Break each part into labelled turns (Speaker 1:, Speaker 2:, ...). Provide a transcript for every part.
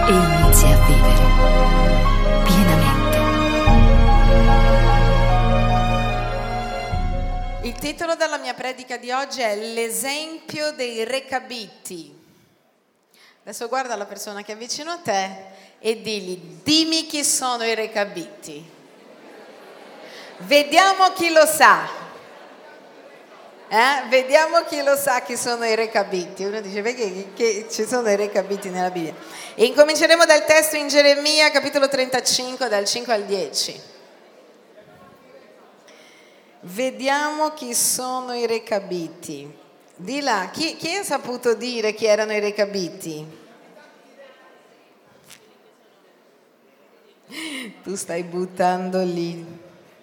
Speaker 1: e inizi a vivere pienamente.
Speaker 2: Il titolo della mia predica di oggi è L'esempio dei recabiti. Adesso guarda la persona che è vicino a te e digli: dimmi chi sono i recabiti. Vediamo chi lo sa. Vediamo chi lo sa chi sono i recabiti. Uno dice: perché che ci sono i recabiti nella Bibbia? E incominceremo dal testo in Geremia capitolo 35 dal 5 al 10. Vediamo chi sono i recabiti. Di là, chi ha saputo dire chi erano i recabiti? Tu stai buttando lì.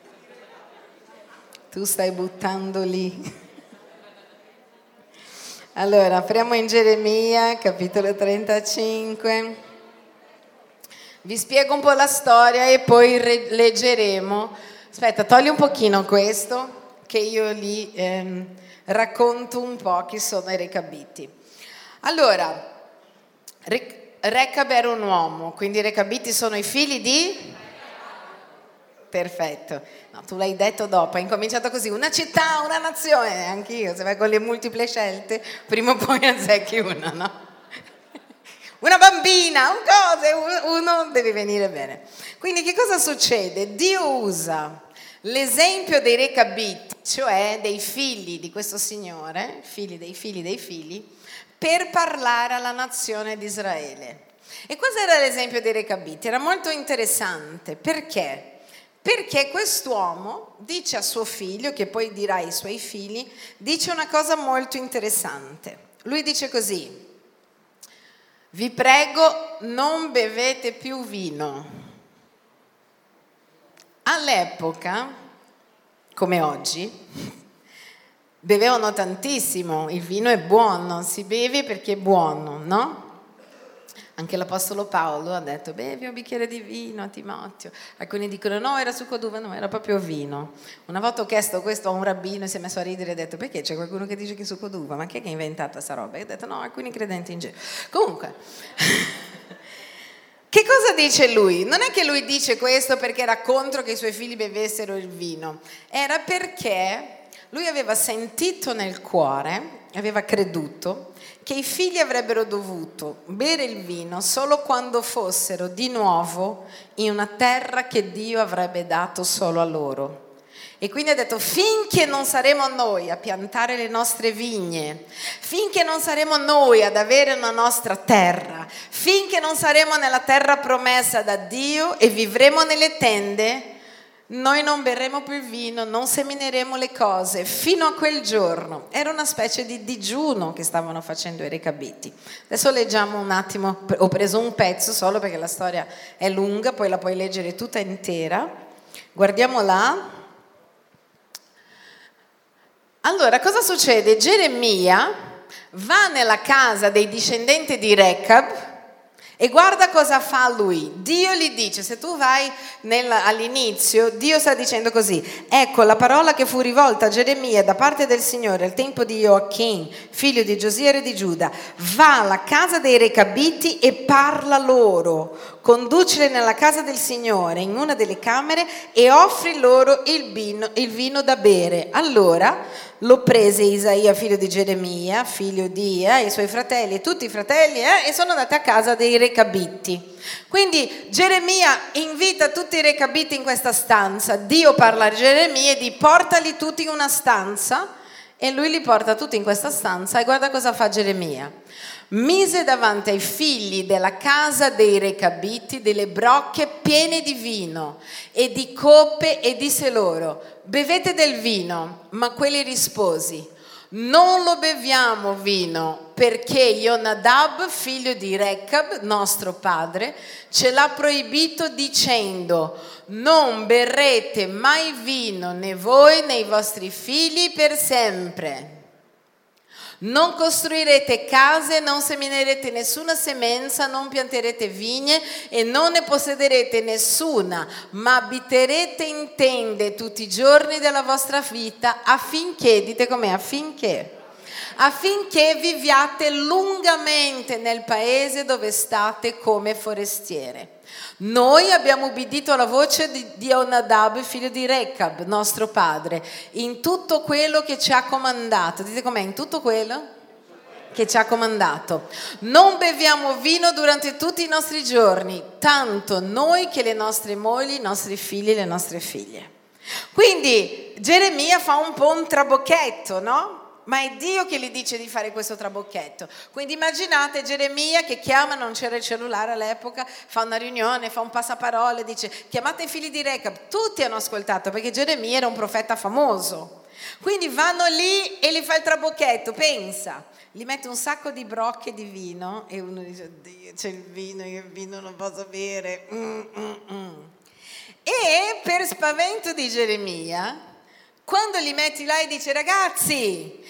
Speaker 2: Allora, apriamo in Geremia, capitolo 35. Vi spiego un po' la storia e poi leggeremo. Aspetta, togli un pochino questo, che io li racconto un po' chi sono i recabiti. Allora, Recab era un uomo, quindi i recabiti sono i figli di... Perfetto, no, tu l'hai detto dopo, hai incominciato così: una città, una nazione. Anch'io, se vai con le multiple scelte, prima o poi azzecchi una, no? Una bambina, un cosa, uno deve venire bene. Quindi che cosa succede? Dio usa l'esempio dei recabiti, cioè dei figli di questo Signore, figli dei figli, per parlare alla nazione di Israele. E cos'era l'esempio dei recabiti? Era molto interessante, perché? Perché quest'uomo dice a suo figlio, che poi dirà ai suoi figli, dice una cosa molto interessante. Lui dice così: vi prego, non bevete più vino. All'epoca, come oggi, bevevano tantissimo, il vino è buono, si beve perché è buono, no? Anche l'Apostolo Paolo ha detto: bevi un bicchiere di vino a Timoteo. Alcuni dicono: no, era succo d'uva. No, era proprio vino. Una volta ho chiesto questo a un rabbino e si è messo a ridere e ha detto: perché c'è qualcuno che dice che è succo d'uva? Ma chi è che ha inventato questa roba? E ho detto: no, alcuni credenti in Gesù. Comunque, che cosa dice lui? Non è che lui dice questo perché era contro che i suoi figli bevessero il vino. Era perché lui aveva sentito nel cuore, aveva creduto che i figli avrebbero dovuto bere il vino solo quando fossero di nuovo in una terra che Dio avrebbe dato solo a loro. E quindi ha detto: finché non saremo noi a piantare le nostre vigne, finché non saremo noi ad avere una nostra terra, finché non saremo nella terra promessa da Dio e vivremo nelle tende, noi non berremo più il vino, non semineremo le cose fino a quel giorno. Era una specie di digiuno che stavano facendo i recabiti. Adesso leggiamo un attimo, ho preso un pezzo solo perché la storia è lunga, poi la puoi leggere tutta intera. Guardiamo là. Allora, cosa succede? Geremia va nella casa dei discendenti di Recab e guarda cosa fa lui. Dio gli dice, se tu vai all'inizio, Dio sta dicendo così: ecco la parola che fu rivolta a Geremia da parte del Signore al tempo di Joachim, figlio di Giosia re di Giuda. Va alla casa dei recabiti e parla loro, conducili nella casa del Signore in una delle camere e offri loro il vino da bere. Allora lo prese Isaia, figlio di Geremia, figlio di e i suoi fratelli, e tutti i fratelli, e sono andati a casa dei recabiti. Quindi Geremia invita tutti i recabiti in questa stanza. Dio parla a Geremia e di portali tutti in una stanza, e lui li porta tutti in questa stanza. E guarda cosa fa Geremia: mise davanti ai figli della casa dei recabiti delle brocche piene di vino e di coppe e disse loro: bevete del vino. Ma quelli risposi: non lo beviamo vino, perché Jonadab, figlio di Recab, nostro padre, ce l'ha proibito dicendo: non berrete mai vino, né voi né i vostri figli per sempre. Non costruirete case, non seminerete nessuna semenza, non pianterete vigne e non ne possederete nessuna, ma abiterete in tende tutti i giorni della vostra vita affinché, dite com'è, affinché affinché viviate lungamente nel paese dove state come forestiere. Noi abbiamo ubbidito alla voce di Jonadab, figlio di Rechab, nostro padre, in tutto quello che ci ha comandato. Dite com'è? In tutto quello che ci ha comandato. Non beviamo vino durante tutti i nostri giorni, tanto noi che le nostre mogli, i nostri figli e le nostre figlie. Quindi Geremia fa un po' un trabocchetto, no? Ma è Dio che gli dice di fare questo trabocchetto. Quindi immaginate Geremia che chiama, non c'era il cellulare all'epoca, fa una riunione, fa un passaparole, dice chiamate i figli di Rechab. Tutti hanno ascoltato perché Geremia era un profeta famoso. Quindi vanno lì e gli fa il trabocchetto, pensa, gli mette un sacco di brocche di vino e uno dice Dio c'è il vino, io il vino non posso bere. E per spavento di Geremia, quando li metti là e dice ragazzi,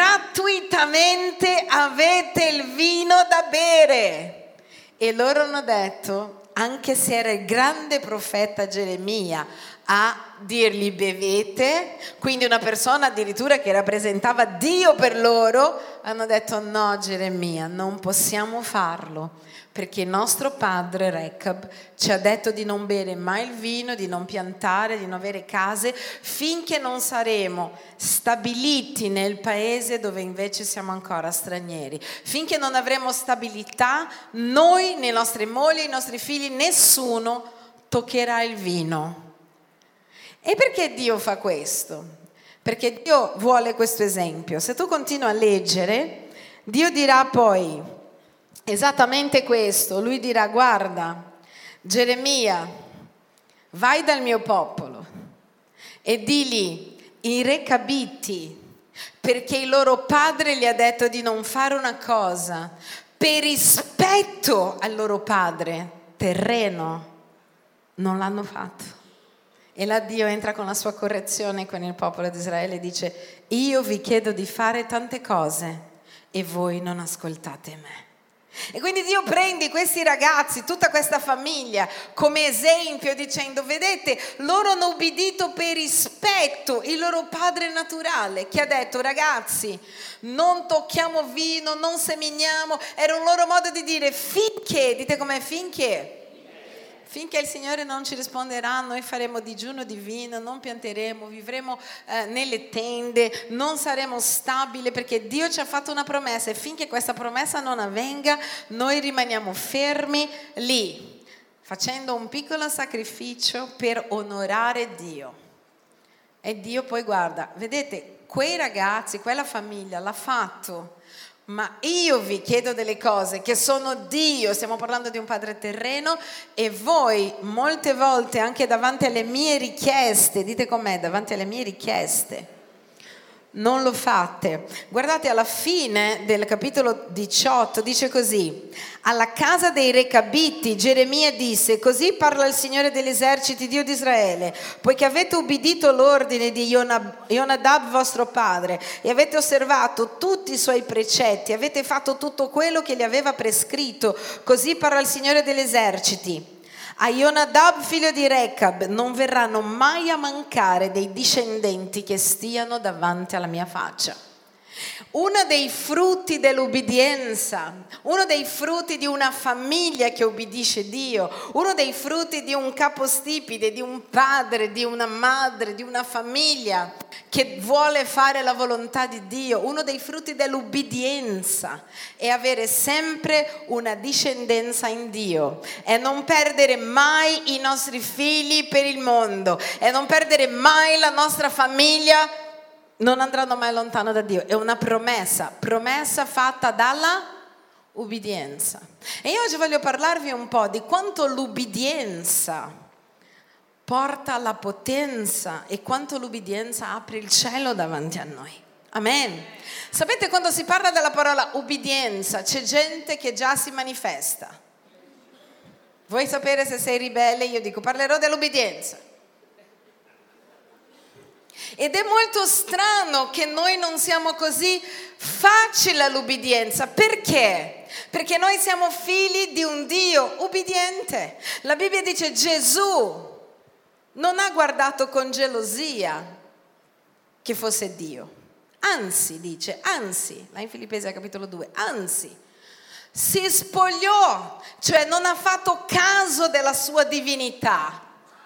Speaker 2: gratuitamente avete il vino da bere. E loro hanno detto, anche se era il grande profeta Geremia a dirgli bevete, quindi una persona addirittura che rappresentava Dio per loro, hanno detto no Geremia, non possiamo farlo. Perché il nostro padre Rechab ci ha detto di non bere mai il vino, di non piantare, di non avere case, finché non saremo stabiliti nel paese dove invece siamo ancora stranieri. Finché non avremo stabilità, noi, le nostre mogli, i nostri figli, nessuno toccherà il vino. E perché Dio fa questo? Perché Dio vuole questo esempio. Se tu continui a leggere, Dio dirà poi esattamente questo. Lui dirà guarda Geremia, vai dal mio popolo e digli i Recabiti, perché il loro padre gli ha detto di non fare una cosa per rispetto al loro padre terreno, non l'hanno fatto. E là Dio entra con la sua correzione con il popolo di Israele e dice io vi chiedo di fare tante cose e voi non ascoltate me. E quindi Dio prende questi ragazzi, tutta questa famiglia come esempio dicendo vedete loro hanno ubbidito per rispetto il loro padre naturale che ha detto ragazzi non tocchiamo vino, non seminiamo, era un loro modo di dire finché, dite com'è finché il Signore non ci risponderà noi faremo digiuno di vino, non pianteremo, vivremo nelle tende, non saremo stabili perché Dio ci ha fatto una promessa e finché questa promessa non avvenga noi rimaniamo fermi lì facendo un piccolo sacrificio per onorare Dio. E Dio poi guarda, vedete quei ragazzi, quella famiglia l'ha fatto. Ma io vi chiedo delle cose che sono Dio, stiamo parlando di un padre terreno e voi molte volte anche davanti alle mie richieste, dite com'è, davanti alle mie richieste, non lo fate. Guardate alla fine del capitolo 18 dice così: alla casa dei Recabiti Geremia disse: così parla il Signore degli eserciti, Dio di Israele, poiché avete ubbidito l'ordine di Jonadab vostro padre e avete osservato tutti i suoi precetti, avete fatto tutto quello che gli aveva prescritto, così parla il Signore degli eserciti. A Jonadab figlio di Rechab non verranno mai a mancare dei discendenti che stiano davanti alla mia faccia. Uno dei frutti dell'ubbidienza, uno dei frutti di una famiglia che ubbidisce Dio, uno dei frutti di un capostipite, di un padre, di una madre, di una famiglia che vuole fare la volontà di Dio, uno dei frutti dell'ubbidienza è avere sempre una discendenza in Dio e non perdere mai i nostri figli per il mondo e non perdere mai la nostra famiglia. Non andranno mai lontano da Dio, è una promessa fatta dalla ubbidienza. E io oggi voglio parlarvi un po' di quanto l'ubbidienza porta alla potenza e quanto l'ubbidienza apre il cielo davanti a noi. Amen. Sapete, quando si parla della parola ubbidienza c'è gente che già si manifesta. Vuoi sapere se sei ribelle? Io dico parlerò dell'ubbidienza. Ed è molto strano che noi non siamo così facili all'ubbidienza. Perché? Perché noi siamo figli di un Dio ubbidiente. La Bibbia dice Gesù non ha guardato con gelosia che fosse Dio. anzi, dice, anzi, là in Filippesi capitolo 2, anzi, si spogliò, cioè non ha fatto caso della sua divinità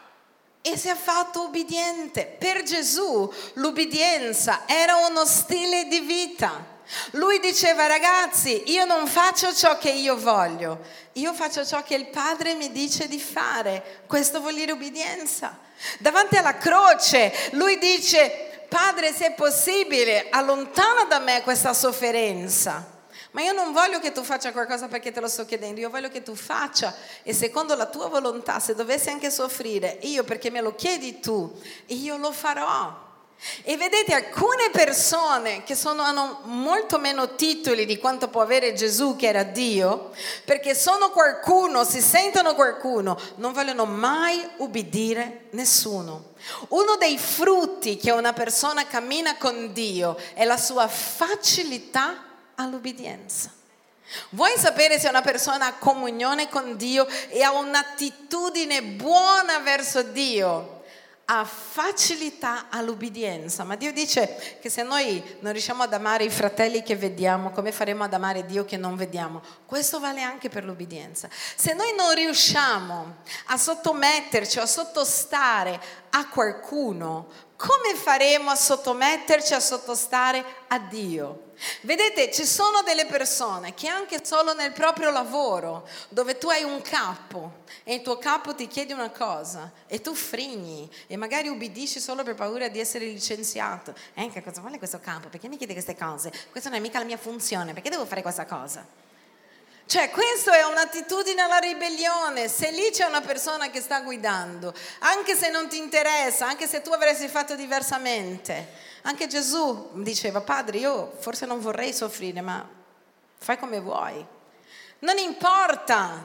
Speaker 2: e si è fatto ubbidiente. Per Gesù l'ubbidienza era uno stile di vita. Lui diceva: ragazzi, io non faccio ciò che io voglio, io faccio ciò che il Padre mi dice di fare. Questo vuol dire ubbidienza. Davanti alla croce lui dice: Padre, se è possibile, allontana da me questa sofferenza, ma io non voglio che tu faccia qualcosa perché te lo sto chiedendo, io voglio che tu faccia e secondo la tua volontà. Se dovessi anche soffrire io perché me lo chiedi tu, io lo farò. E vedete, alcune persone che hanno molto meno titoli di quanto può avere Gesù, che era Dio, perché sono qualcuno, si sentono qualcuno, non vogliono mai ubbidire nessuno. Uno dei frutti che una persona cammina con Dio è la sua facilità all'ubbidienza. Vuoi sapere se una persona ha comunione con Dio e ha un'attitudine buona verso Dio? Ha facilità all'ubbidienza. Ma Dio dice che se noi non riusciamo ad amare i fratelli che vediamo, come faremo ad amare Dio che non vediamo? Questo vale anche per l'ubbidienza. Se noi non riusciamo a sottometterci o a sottostare a qualcuno, come faremo a sottometterci, a sottostare a Dio? Vedete, ci sono delle persone che anche solo nel proprio lavoro, dove tu hai un capo e il tuo capo ti chiede una cosa e tu frigni e magari ubbidisci solo per paura di essere licenziato. Che cosa vuole questo capo? Perché mi chiede queste cose? Questa non è mica la mia funzione, perché devo fare questa cosa? Cioè, questa è un'attitudine alla ribellione. Se lì c'è una persona che sta guidando, anche se non ti interessa, anche se tu avresti fatto diversamente, anche Gesù diceva: Padre, io forse non vorrei soffrire, ma fai come vuoi. Non importa.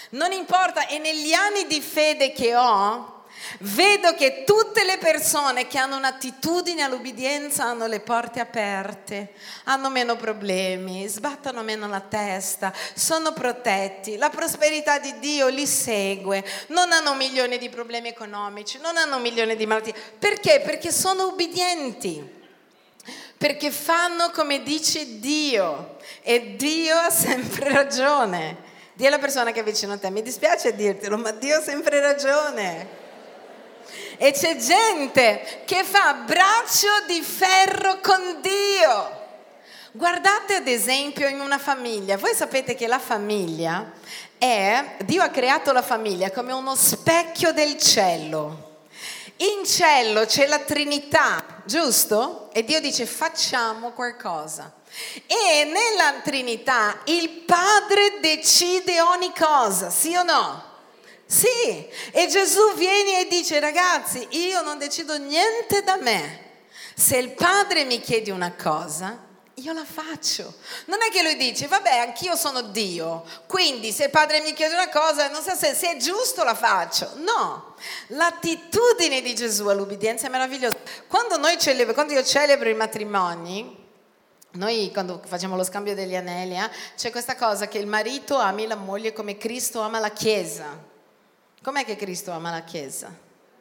Speaker 2: E negli anni di fede che ho, vedo che tutte le persone che hanno un'attitudine all'ubbidienza hanno le porte aperte, hanno meno problemi, sbattono meno la testa, sono protetti, la prosperità di Dio li segue, non hanno milioni di problemi economici, non hanno milioni di malattie. Perché? Perché sono ubbidienti, perché fanno come dice Dio e Dio ha sempre ragione. Dì alla persona che è vicino a te: mi dispiace dirtelo, ma Dio ha sempre ragione. E c'è gente che fa braccio di ferro con Dio. Guardate ad esempio in una famiglia. Voi sapete che la famiglia Dio ha creato la famiglia come uno specchio del cielo. In cielo c'è la Trinità, giusto? E Dio dice: facciamo qualcosa. E nella Trinità il Padre decide ogni cosa, sì o no? Sì, e Gesù viene e dice: ragazzi, io non decido niente da me. Se il Padre mi chiede una cosa, io la faccio. Non è che lui dice: vabbè, anch'io sono Dio, quindi se il Padre mi chiede una cosa, non so se è giusto, la faccio. No, l'attitudine di Gesù all'ubbidienza è meravigliosa. Quando io celebro i matrimoni, noi quando facciamo lo scambio degli anelli, c'è questa cosa che il marito ami la moglie come Cristo ama la Chiesa. Com'è che Cristo ama la Chiesa?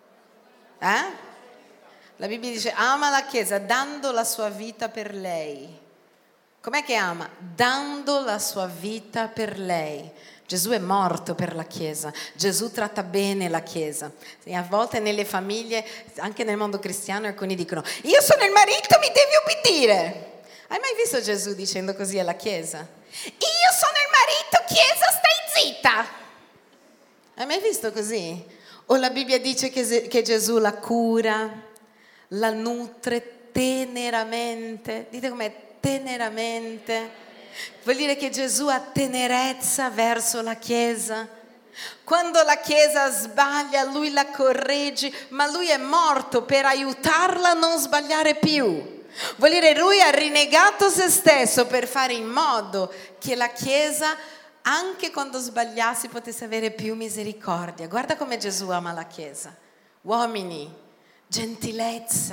Speaker 2: La Bibbia dice: ama la Chiesa dando la sua vita per lei. Com'è che ama? Dando la sua vita per lei. Gesù è morto per la Chiesa, Gesù tratta bene la Chiesa. E a volte nelle famiglie, anche nel mondo cristiano, alcuni dicono: io sono il marito, mi devi ubbidire. Hai mai visto Gesù dicendo così alla Chiesa? Io sono il marito, Chiesa, stai zitta. Hai mai visto così? O la Bibbia dice che Gesù la cura, la nutre teneramente. Dite com'è: teneramente. Vuol dire che Gesù ha tenerezza verso la Chiesa. Quando la Chiesa sbaglia, lui la corregge, ma lui è morto per aiutarla a non sbagliare più. Vuol dire lui ha rinnegato se stesso per fare in modo che la Chiesa, anche quando sbagliassi, potesse avere più misericordia. Guarda come Gesù ama la Chiesa. Uomini, gentilezza,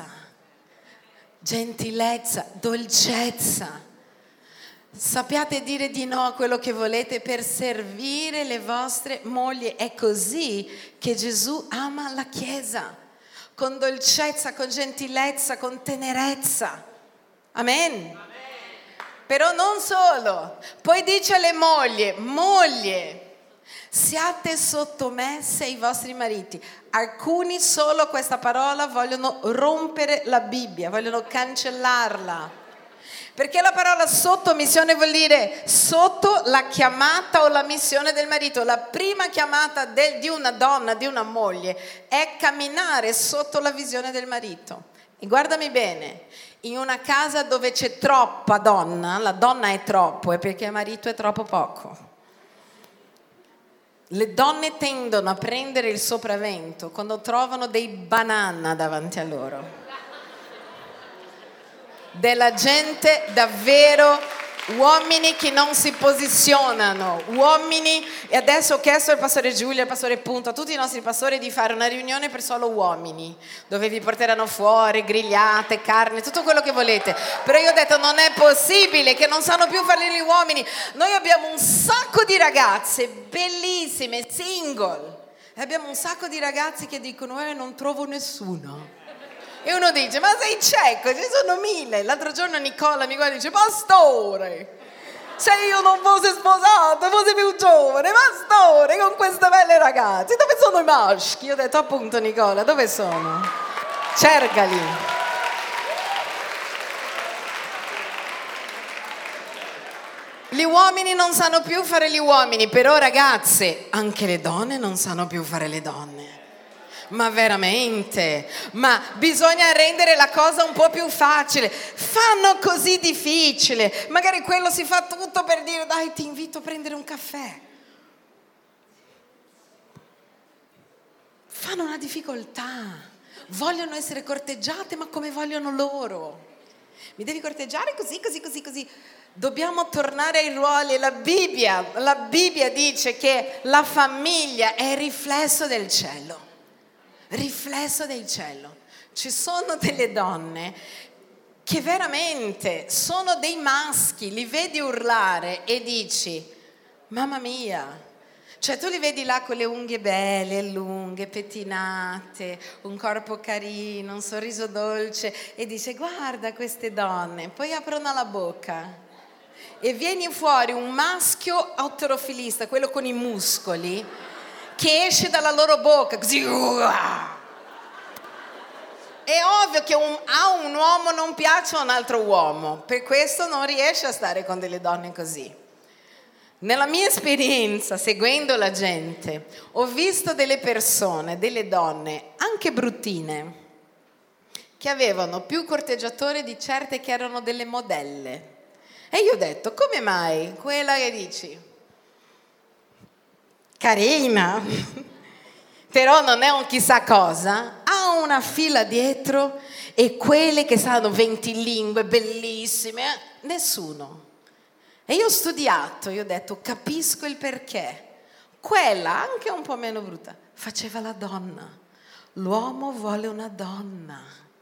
Speaker 2: dolcezza. Sappiate dire di no a quello che volete per servire le vostre mogli. È così che Gesù ama la Chiesa, con dolcezza, con gentilezza, con tenerezza. Amen. Però non solo, poi dice alle mogli, siate sottomesse ai vostri mariti. Alcuni solo questa parola vogliono rompere la Bibbia, vogliono cancellarla. Perché la parola sottomissione vuol dire sotto la chiamata o la missione del marito. La prima chiamata di una donna, di una moglie, è camminare sotto la visione del marito. E guardami bene, in una casa dove c'è troppa donna, la donna è troppo, è perché il marito è troppo poco. Le donne tendono a prendere il sopravvento quando trovano dei banana davanti a loro. Della gente davvero, uomini che non si posizionano, uomini, e adesso ho chiesto al pastore Giulio, al pastore Punto, a tutti i nostri pastori di fare una riunione per solo uomini, dove vi porteranno fuori grigliate, carne, tutto quello che volete. Però io ho detto non è possibile che non sanno più fare gli uomini. Noi abbiamo un sacco di ragazze bellissime, single, e abbiamo un sacco di ragazzi che dicono non trovo nessuno. E uno dice, ma sei cieco, ci sono 1000. L'altro giorno Nicola mi guarda e dice, pastore, se io non fossi sposato, fossi più giovane, pastore, con queste belle ragazze, dove sono i maschi? Io ho detto, appunto Nicola, dove sono? Cercali. Gli uomini non sanno più fare gli uomini, però ragazze, anche le donne non sanno più fare le donne. Ma veramente, ma bisogna rendere la cosa un po' più facile. Fanno così difficile. Magari quello si fa tutto per dire dai ti invito a prendere un caffè. Fanno una difficoltà. Vogliono essere corteggiate ma come vogliono loro. Mi devi corteggiare così. Dobbiamo tornare ai ruoli. La Bibbia dice che la famiglia è il riflesso del cielo. Riflesso del cielo. Ci sono delle donne che veramente sono dei maschi, li vedi urlare e dici mamma mia, cioè tu li vedi là con le unghie belle, lunghe, pettinate, un corpo carino, un sorriso dolce e dici guarda queste donne, poi aprono la bocca e viene fuori un maschio autorofilista, quello con i muscoli, che esce dalla loro bocca così. È ovvio che a un uomo non piace un altro uomo, per questo non riesce a stare con delle donne così. Nella mia esperienza, seguendo la gente, ho visto delle persone, delle donne, anche bruttine, che avevano più corteggiatori di certe che erano delle modelle. E io ho detto, come mai? Quella che dici carina, però non è un chissà cosa, ha una fila dietro e quelle che sanno 20 lingue bellissime, nessuno. E io ho studiato, io ho detto capisco il perché. Quella, anche un po' meno brutta, faceva la donna. L'uomo vuole una donna.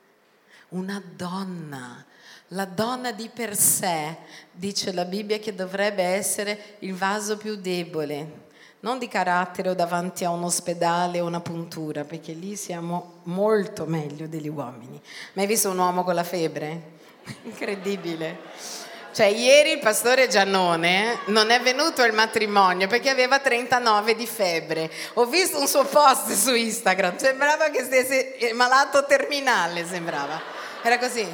Speaker 2: La donna di per sé, dice la Bibbia, che dovrebbe essere il vaso più debole. Non di carattere o davanti a un ospedale o una puntura, perché lì siamo molto meglio degli uomini. Ma hai visto un uomo con la febbre? Incredibile. Cioè ieri il pastore Giannone non è venuto al matrimonio perché aveva 39 di febbre. Ho visto un suo post su Instagram, sembrava che stesse malato terminale, sembrava. Era così.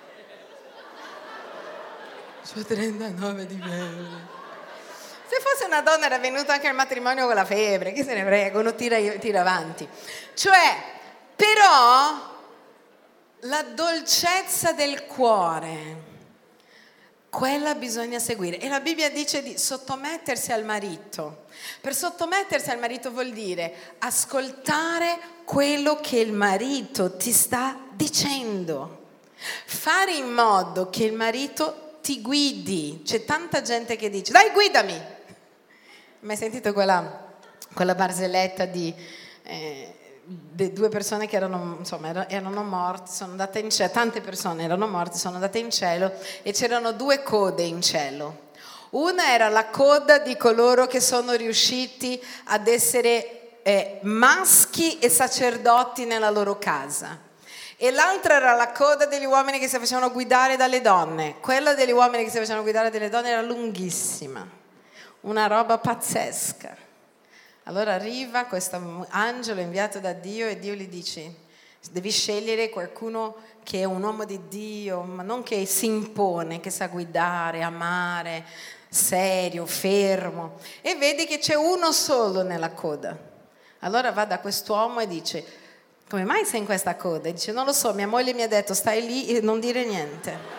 Speaker 2: C'ho 39 di febbre. Se fosse una donna era venuta anche al matrimonio con la febbre, chi se ne frega, uno tira avanti. Cioè, però, la dolcezza del cuore, quella bisogna seguire. E la Bibbia dice di sottomettersi al marito. Per sottomettersi al marito vuol dire ascoltare quello che il marito ti sta dicendo. Fare in modo che il marito ti guidi. C'è tanta gente che dice, dai guidami. Mi hai sentito quella barzelletta di due persone che erano morte, sono andate in cielo, tante persone erano morte, sono andate in cielo e c'erano 2 code in cielo. Una era la coda di coloro che sono riusciti ad essere maschi e sacerdoti nella loro casa. E l'altra era la coda degli uomini che si facevano guidare dalle donne. Quella degli uomini che si facevano guidare dalle donne era lunghissima, una roba pazzesca. Allora arriva questo angelo inviato da Dio e Dio gli dice: devi scegliere qualcuno che è un uomo di Dio, ma non che si impone, che sa guidare, amare, serio, fermo. E vedi che c'è uno solo nella coda. Allora va da quest'uomo e dice: come mai sei in questa coda? E dice: non lo so, mia moglie mi ha detto stai lì e non dire niente.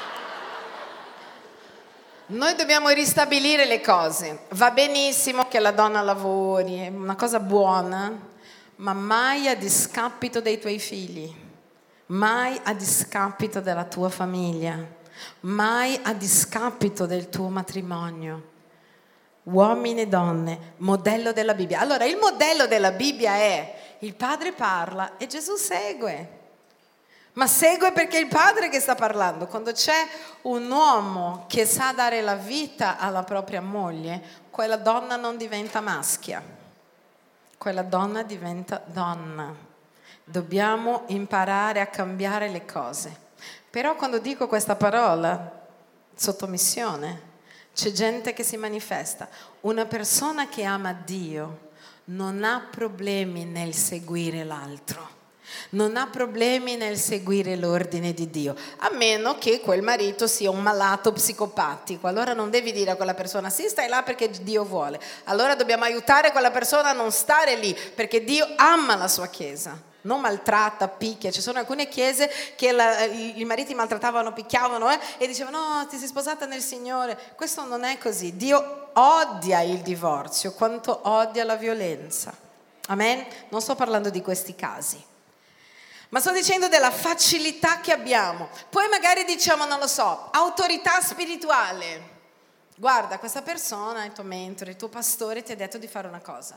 Speaker 2: Noi dobbiamo ristabilire le cose. Va benissimo che la donna lavori, è una cosa buona, ma mai a discapito dei tuoi figli, mai a discapito della tua famiglia, mai a discapito del tuo matrimonio. Uomini e donne, modello della Bibbia. Allora, il modello della Bibbia è: il padre parla e Gesù segue. Ma segue perché è il padre che sta parlando. Quando c'è un uomo che sa dare la vita alla propria moglie, quella donna non diventa maschia, quella donna diventa donna. Dobbiamo imparare a cambiare le cose. Però quando dico questa parola, sottomissione, c'è gente che si manifesta. Una persona che ama Dio non ha problemi nel seguire l'altro. Non ha problemi nel seguire l'ordine di Dio, a meno che quel marito sia un malato psicopatico. Allora non devi dire a quella persona: sì, stai là perché Dio vuole. Allora dobbiamo aiutare quella persona a non stare lì, perché Dio ama la sua chiesa, non maltratta, picchia. Ci sono alcune chiese che i mariti maltrattavano, picchiavano e dicevano: no, ti sei sposata nel Signore. Questo non è così. Dio odia il divorzio quanto odia la violenza. Amen? Non sto parlando di questi casi, ma sto dicendo della facilità che abbiamo. Poi magari diciamo, non lo so, autorità spirituale. Guarda, questa persona, il tuo mentore, il tuo pastore ti ha detto di fare una cosa.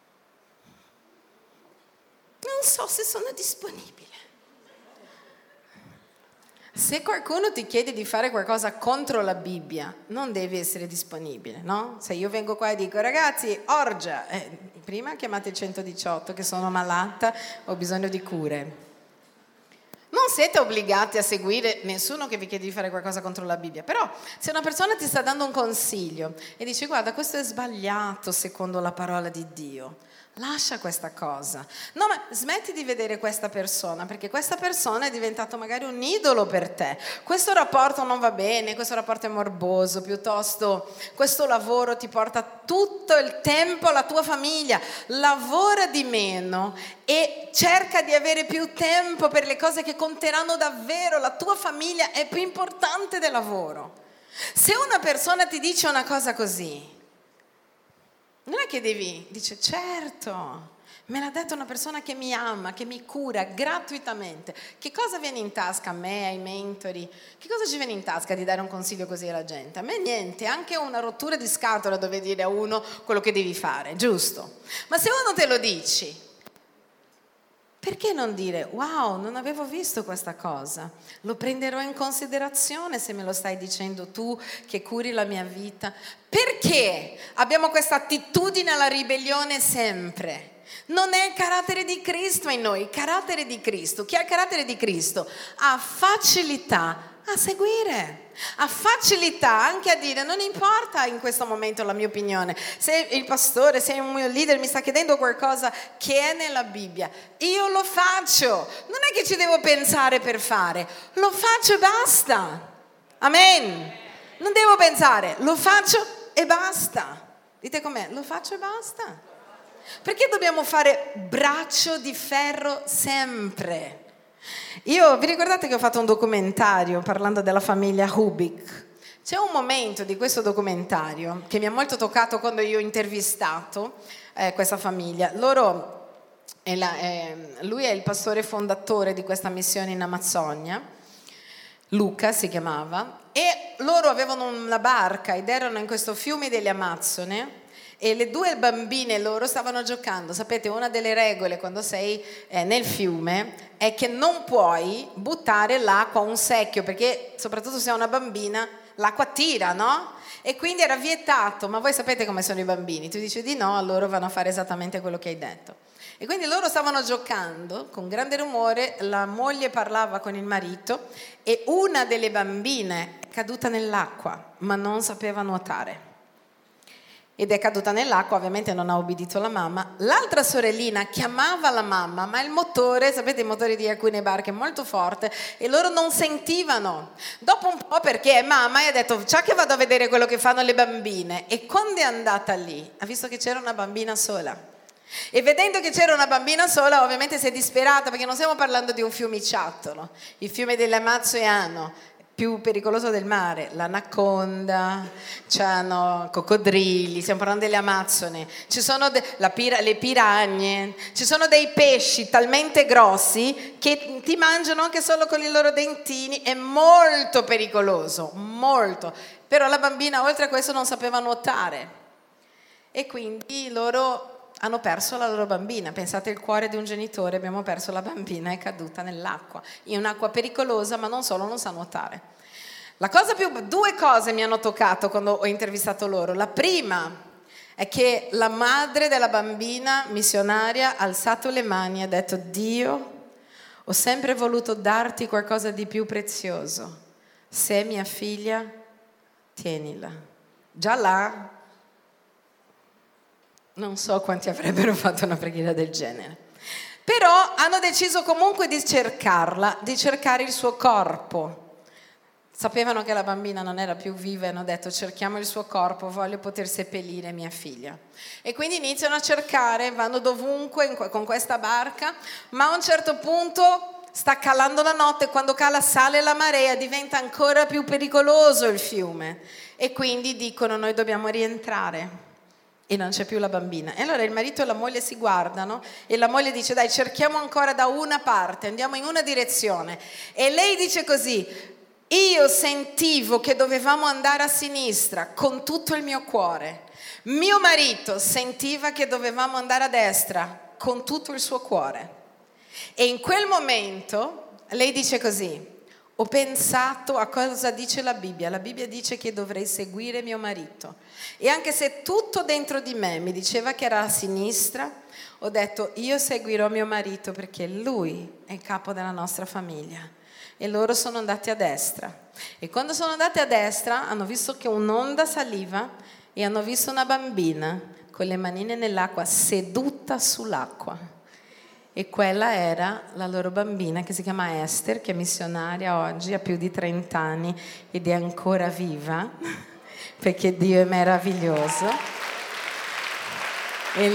Speaker 2: Non so se sono disponibile. Se qualcuno ti chiede di fare qualcosa contro la Bibbia, non devi essere disponibile, no? Se io vengo qua e dico: ragazzi, orgia, prima chiamate il 118 che sono malata, ho bisogno di cure. Non siete obbligati a seguire nessuno che vi chiede di fare qualcosa contro la Bibbia, però se una persona ti sta dando un consiglio e dici: guarda, questo è sbagliato secondo la parola di Dio, lascia questa cosa. No, ma smetti di vedere questa persona, perché questa persona è diventato magari un idolo per te. Questo rapporto non va bene, questo rapporto è morboso, piuttosto questo lavoro ti porta tutto il tempo alla tua famiglia. Lavora di meno e cerca di avere più tempo per le cose che conteranno davvero. La tua famiglia è più importante del lavoro. Se una persona ti dice una cosa così, non è che dice: certo, me l'ha detto una persona che mi ama, che mi cura gratuitamente. Che cosa viene in tasca a me, ai mentori? Che cosa ci viene in tasca di dare un consiglio così alla gente? A me niente, anche una rottura di scatola dove dire a uno quello che devi fare, giusto? Ma se uno te lo dici, perché non dire: wow, non avevo visto questa cosa, lo prenderò in considerazione se me lo stai dicendo tu che curi la mia vita? Perché abbiamo questa attitudine alla ribellione sempre? Non è il carattere di Cristo in noi. Il carattere di Cristo, chi ha il carattere di Cristo ha facilità a seguire, ha facilità anche a dire: non importa in questo momento la mia opinione, se il pastore, se un mio leader mi sta chiedendo qualcosa che è nella Bibbia, io lo faccio. Non è che ci devo pensare per fare, lo faccio e basta. Amen. Non devo pensare, lo faccio e basta. Dite com'è? Lo faccio e basta. Perché dobbiamo fare braccio di ferro sempre? Vi ricordate che ho fatto un documentario parlando della famiglia Hubik? C'è un momento di questo documentario che mi ha molto toccato quando io ho intervistato questa famiglia. Lui è il pastore fondatore di questa missione in Amazzonia, Luca si chiamava, e loro avevano una barca ed erano in questo fiume delle Amazzone. E le due bambine loro stavano giocando. Sapete, una delle regole quando sei nel fiume è che non puoi buttare l'acqua a un secchio, perché soprattutto se è una bambina l'acqua tira, no? E quindi era vietato, ma voi sapete come sono i bambini, tu dici di no, loro vanno a fare esattamente quello che hai detto. E quindi loro stavano giocando con grande rumore, la moglie parlava con il marito e una delle bambine è caduta nell'acqua, ma non sapeva nuotare. Ed è caduta nell'acqua, ovviamente non ha obbedito la mamma. L'altra sorellina chiamava la mamma, ma il motore, sapete i motori di alcune barche è molto forte e loro non sentivano. Dopo un po', perché mamma ha detto già che vado a vedere quello che fanno le bambine, e quando è andata lì ha visto che c'era una bambina sola. E vedendo che c'era una bambina sola ovviamente si è disperata, perché non stiamo parlando di un fiumiciattolo, il fiume dell'Amazzoniano, più pericoloso del mare, l'anaconda, c'hanno coccodrilli, stiamo parlando delle Amazzoni, ci sono le piragne, ci sono dei pesci talmente grossi che ti mangiano anche solo con i loro dentini, è molto pericoloso, molto. Però la bambina oltre a questo non sapeva nuotare e quindi loro hanno perso la loro bambina. Pensate il cuore di un genitore, abbiamo perso la bambina, è caduta nell'acqua, in un'acqua pericolosa, ma non solo, non sa nuotare. Due cose mi hanno toccato quando ho intervistato loro. La prima è che la madre della bambina missionaria ha alzato le mani e ha detto: Dio, ho sempre voluto darti qualcosa di più prezioso, se è mia figlia, tienila. Già là non so quanti avrebbero fatto una preghiera del genere. Però hanno deciso comunque di cercarla, di cercare il suo corpo. Sapevano che la bambina non era più viva e hanno detto: cerchiamo il suo corpo, voglio poter seppellire mia figlia. E quindi iniziano a cercare, vanno dovunque con questa barca, ma a un certo punto sta calando la notte, quando cala sale la marea, diventa ancora più pericoloso il fiume. E quindi dicono: noi dobbiamo rientrare. E non c'è più la bambina. E allora il marito e la moglie si guardano e la moglie dice: dai, cerchiamo ancora da una parte, andiamo in una direzione. E lei dice così: io sentivo che dovevamo andare a sinistra con tutto il mio cuore. Mio marito sentiva che dovevamo andare a destra con tutto il suo cuore. E in quel momento lei dice così: ho pensato a cosa dice la Bibbia. La Bibbia dice che dovrei seguire mio marito. E anche se tutto dentro di me mi diceva che era a sinistra, ho detto: io seguirò mio marito perché lui è il capo della nostra famiglia. E loro sono andati a destra. E quando sono andati a destra hanno visto che un'onda saliva e hanno visto una bambina con le manine nell'acqua seduta sull'acqua. E quella era la loro bambina, che si chiama Esther, che è missionaria oggi, ha più di 30 anni ed è ancora viva, perché Dio è meraviglioso. E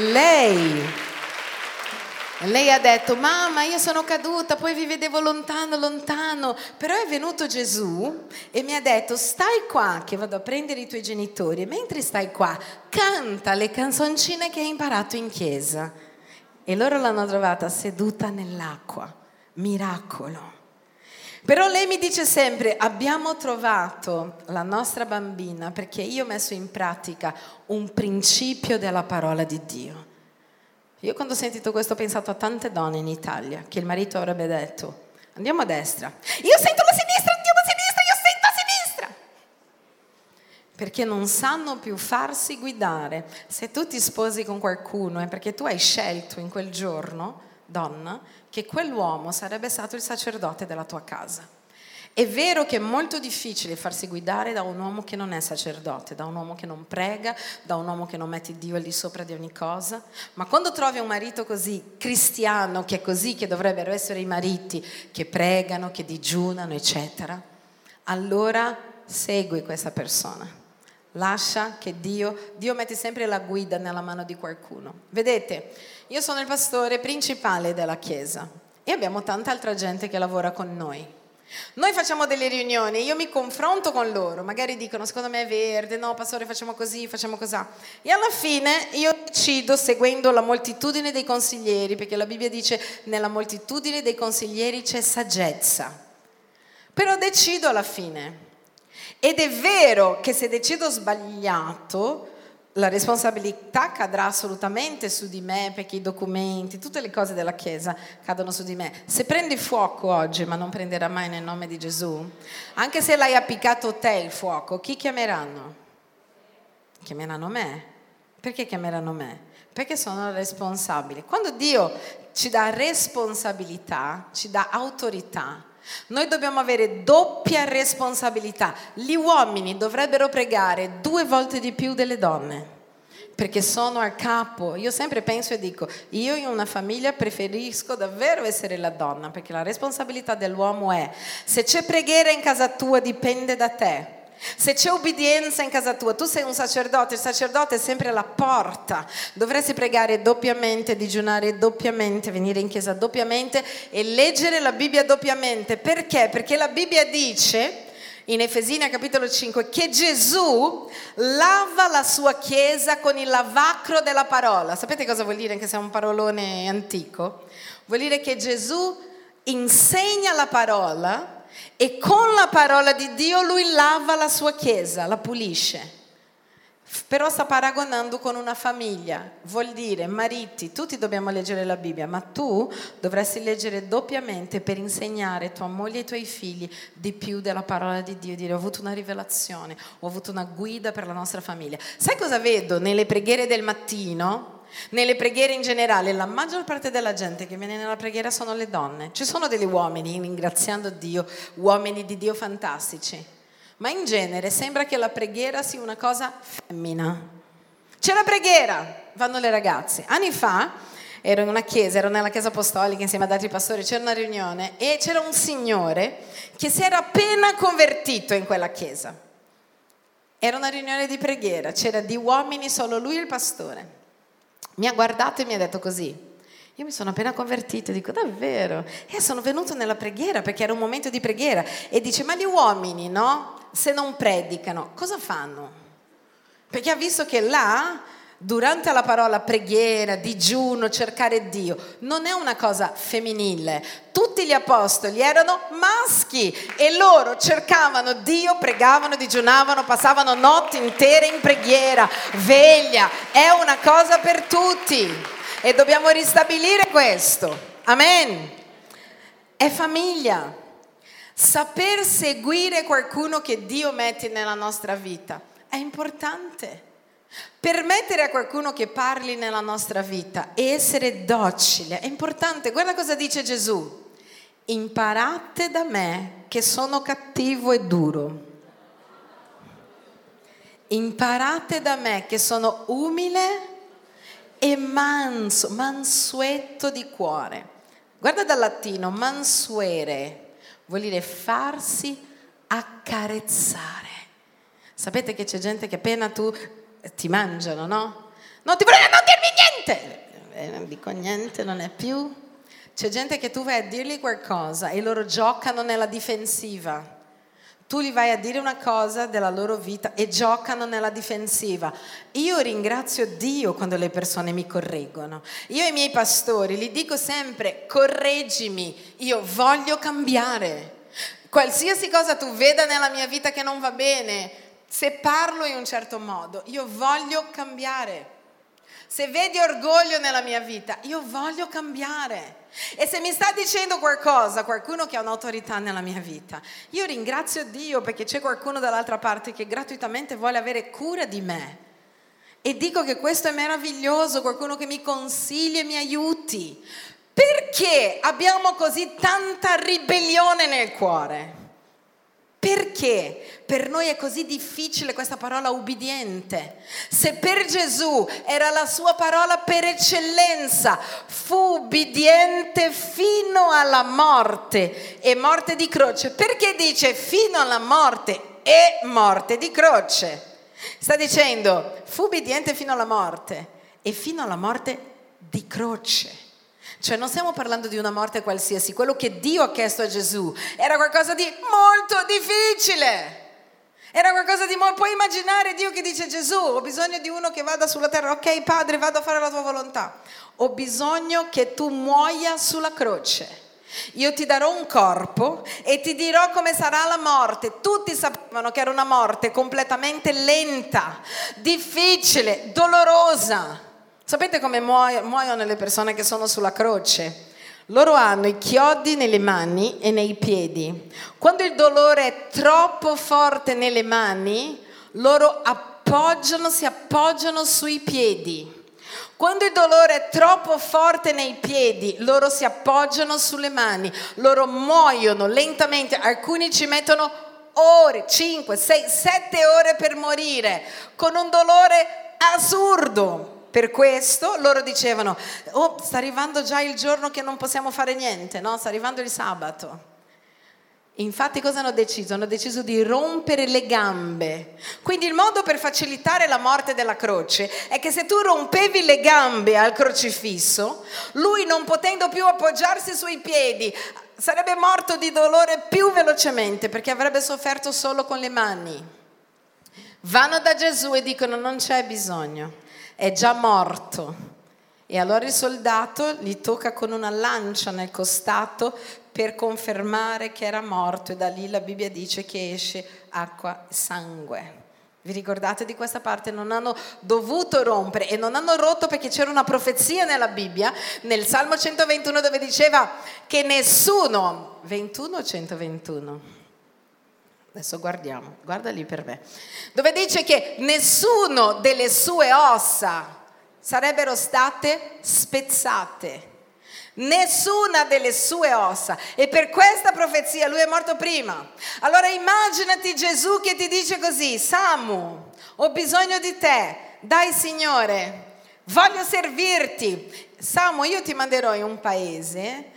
Speaker 2: lei ha detto: mamma, io sono caduta, poi vi vedevo lontano, lontano, però è venuto Gesù e mi ha detto: stai qua che vado a prendere i tuoi genitori, e mentre stai qua canta le canzoncine che hai imparato in chiesa. E loro l'hanno trovata seduta nell'acqua. Miracolo. Però lei mi dice sempre: abbiamo trovato la nostra bambina perché io ho messo in pratica un principio della parola di Dio. Io quando ho sentito questo ho pensato a tante donne in Italia che il marito avrebbe detto: andiamo a destra. Io sento la sinistra, andiamo a sinistra, io sento a sinistra. Perché non sanno più farsi guidare. Se tu ti sposi con qualcuno è perché tu hai scelto in quel giorno, donna, che quell'uomo sarebbe stato il sacerdote della tua casa. È vero che è molto difficile farsi guidare da un uomo che non è sacerdote, da un uomo che non prega, da un uomo che non mette Dio al di sopra di ogni cosa, ma quando trovi un marito così cristiano, che è così che dovrebbero essere i mariti, che pregano, che digiunano, eccetera, allora segui questa persona. Lascia che Dio mette sempre la guida nella mano di qualcuno. Vedete, io sono il pastore principale della chiesa e abbiamo tanta altra gente che lavora con noi. Noi facciamo delle riunioni, io mi confronto con loro, magari dicono: secondo me è verde, no pastore facciamo così, facciamo così. E alla fine io decido seguendo la moltitudine dei consiglieri, perché la Bibbia dice: nella moltitudine dei consiglieri c'è saggezza. Però decido alla fine. Ed è vero che se decido sbagliato, la responsabilità cadrà assolutamente su di me, perché i documenti, tutte le cose della Chiesa cadono su di me. Se prendi fuoco oggi, ma non prenderà mai nel nome di Gesù, anche se l'hai appiccato te il fuoco, chi chiameranno? Chiameranno me. Perché chiameranno me? Perché sono responsabile. Quando Dio ci dà responsabilità, ci dà autorità, noi dobbiamo avere doppia responsabilità. Gli uomini dovrebbero pregare 2 volte di più delle donne, perché sono a capo. Io sempre penso e dico, io in una famiglia preferisco davvero essere la donna, perché la responsabilità dell'uomo è, se c'è preghiera in casa tua dipende da te. Se c'è obbedienza in casa tua, tu sei un sacerdote, il sacerdote è sempre alla porta, dovresti pregare doppiamente, digiunare doppiamente, venire in chiesa doppiamente e leggere la Bibbia doppiamente. Perché? Perché la Bibbia dice in Efesini capitolo 5 che Gesù lava la sua chiesa con il lavacro della parola. Sapete cosa vuol dire, anche se è un parolone antico? Vuol dire che Gesù insegna la parola e con la parola di Dio lui lava la sua chiesa, la pulisce. Però sta paragonando con una famiglia. Vuol dire, mariti, tutti dobbiamo leggere la Bibbia, ma tu dovresti leggere doppiamente per insegnare tua moglie e ai tuoi figli di più della parola di Dio. Dire, ho avuto una rivelazione, ho avuto una guida per la nostra famiglia. Sai cosa vedo nelle preghiere del mattino? Nelle preghiere in generale, la maggior parte della gente che viene nella preghiera sono le donne. Ci sono degli uomini, ringraziando Dio, uomini di Dio fantastici, ma in genere sembra che la preghiera sia una cosa femmina. C'è la preghiera, vanno le ragazze. Anni fa ero in una chiesa, ero nella chiesa apostolica insieme ad altri pastori, c'era una riunione e c'era un signore che si era appena convertito in quella chiesa. Era una riunione di preghiera, c'era di uomini, solo lui e il pastore. Mi ha guardato e mi ha detto così: io mi sono appena convertito. Dico, davvero? E sono venuto nella preghiera perché era un momento di preghiera. E dice, ma gli uomini, no? Se non predicano, cosa fanno? Perché ha visto che là, durante la parola preghiera, digiuno, cercare Dio, non è una cosa femminile. Tutti gli apostoli erano maschi e loro cercavano Dio, pregavano, digiunavano, passavano notti intere in preghiera, veglia. È una cosa per tutti e dobbiamo ristabilire questo. Amen. È famiglia. Saper seguire qualcuno che Dio mette nella nostra vita è importante. Permettere a qualcuno che parli nella nostra vita e essere docile è importante. Guarda cosa dice Gesù: imparate da me che sono cattivo e duro. Imparate da me che sono umile e mansueto di cuore. Guarda dal latino, mansuere vuol dire farsi accarezzare. Sapete che c'è gente che appena tu ti mangiano, no? No, ti prego, non dirmi niente! Non dico niente, non è più. C'è gente che tu vai a dirgli qualcosa e loro giocano nella difensiva. Tu gli vai a dire una cosa della loro vita e giocano nella difensiva. Io ringrazio Dio quando le persone mi correggono. Io ai miei pastori gli dico sempre: correggimi, io voglio cambiare. Qualsiasi cosa tu veda nella mia vita che non va bene, se parlo in un certo modo, io voglio cambiare. Se vedi orgoglio nella mia vita, io voglio cambiare. E se mi sta dicendo qualcosa, qualcuno che ha un'autorità nella mia vita, io ringrazio Dio perché c'è qualcuno dall'altra parte che gratuitamente vuole avere cura di me. E dico che questo è meraviglioso, qualcuno che mi consigli e mi aiuti. Perché abbiamo così tanta ribellione nel cuore? Perché per noi è così difficile questa parola ubbidiente? Se per Gesù era la sua parola per eccellenza, fu ubbidiente fino alla morte e morte di croce. Perché dice fino alla morte e morte di croce? Sta dicendo fu ubbidiente fino alla morte e fino alla morte di croce. Cioè non stiamo parlando di una morte qualsiasi, quello che Dio ha chiesto a Gesù era qualcosa di molto difficile, era qualcosa di molto... Puoi immaginare Dio che dice: Gesù, ho bisogno di uno che vada sulla terra. Ok Padre, vado a fare la tua volontà. Ho bisogno che tu muoia sulla croce Io ti darò un corpo e ti dirò come sarà la morte. Tutti sapevano che era una morte completamente lenta, difficile, dolorosa. Sapete come muoiono le persone che sono sulla croce? Loro hanno i chiodi nelle mani e nei piedi. Quando il dolore è troppo forte nelle mani, loro si appoggiano sui piedi. Quando il dolore è troppo forte nei piedi, loro si appoggiano sulle mani. Loro muoiono lentamente. Alcuni ci mettono ore, 5, 6, 7 ore per morire, con un dolore assurdo. Per questo loro dicevano, sta arrivando già il giorno che non possiamo fare niente, no? Sta arrivando il sabato. Infatti cosa hanno deciso? Hanno deciso di rompere le gambe. Quindi il modo per facilitare la morte della croce è che se tu rompevi le gambe al crocifisso, lui non potendo più appoggiarsi sui piedi, sarebbe morto di dolore più velocemente perché avrebbe sofferto solo con le mani. Vanno da Gesù e dicono non c'è bisogno, è già morto. E allora il soldato gli tocca con una lancia nel costato per confermare che era morto, e da lì la Bibbia dice che esce acqua e sangue. Vi ricordate di questa parte? Non hanno dovuto rompere, e non hanno rotto perché c'era una profezia nella Bibbia, nel Salmo 121, dove diceva che nessuno, 21 o 121? Adesso guardiamo, guarda lì per me, dove dice che nessuno delle sue ossa sarebbero state spezzate, nessuna delle sue ossa, e per questa profezia lui è morto prima. Allora immaginati Gesù che ti dice così: Samu, ho bisogno di te, dai Signore, voglio servirti. Samu, io ti manderò in un paese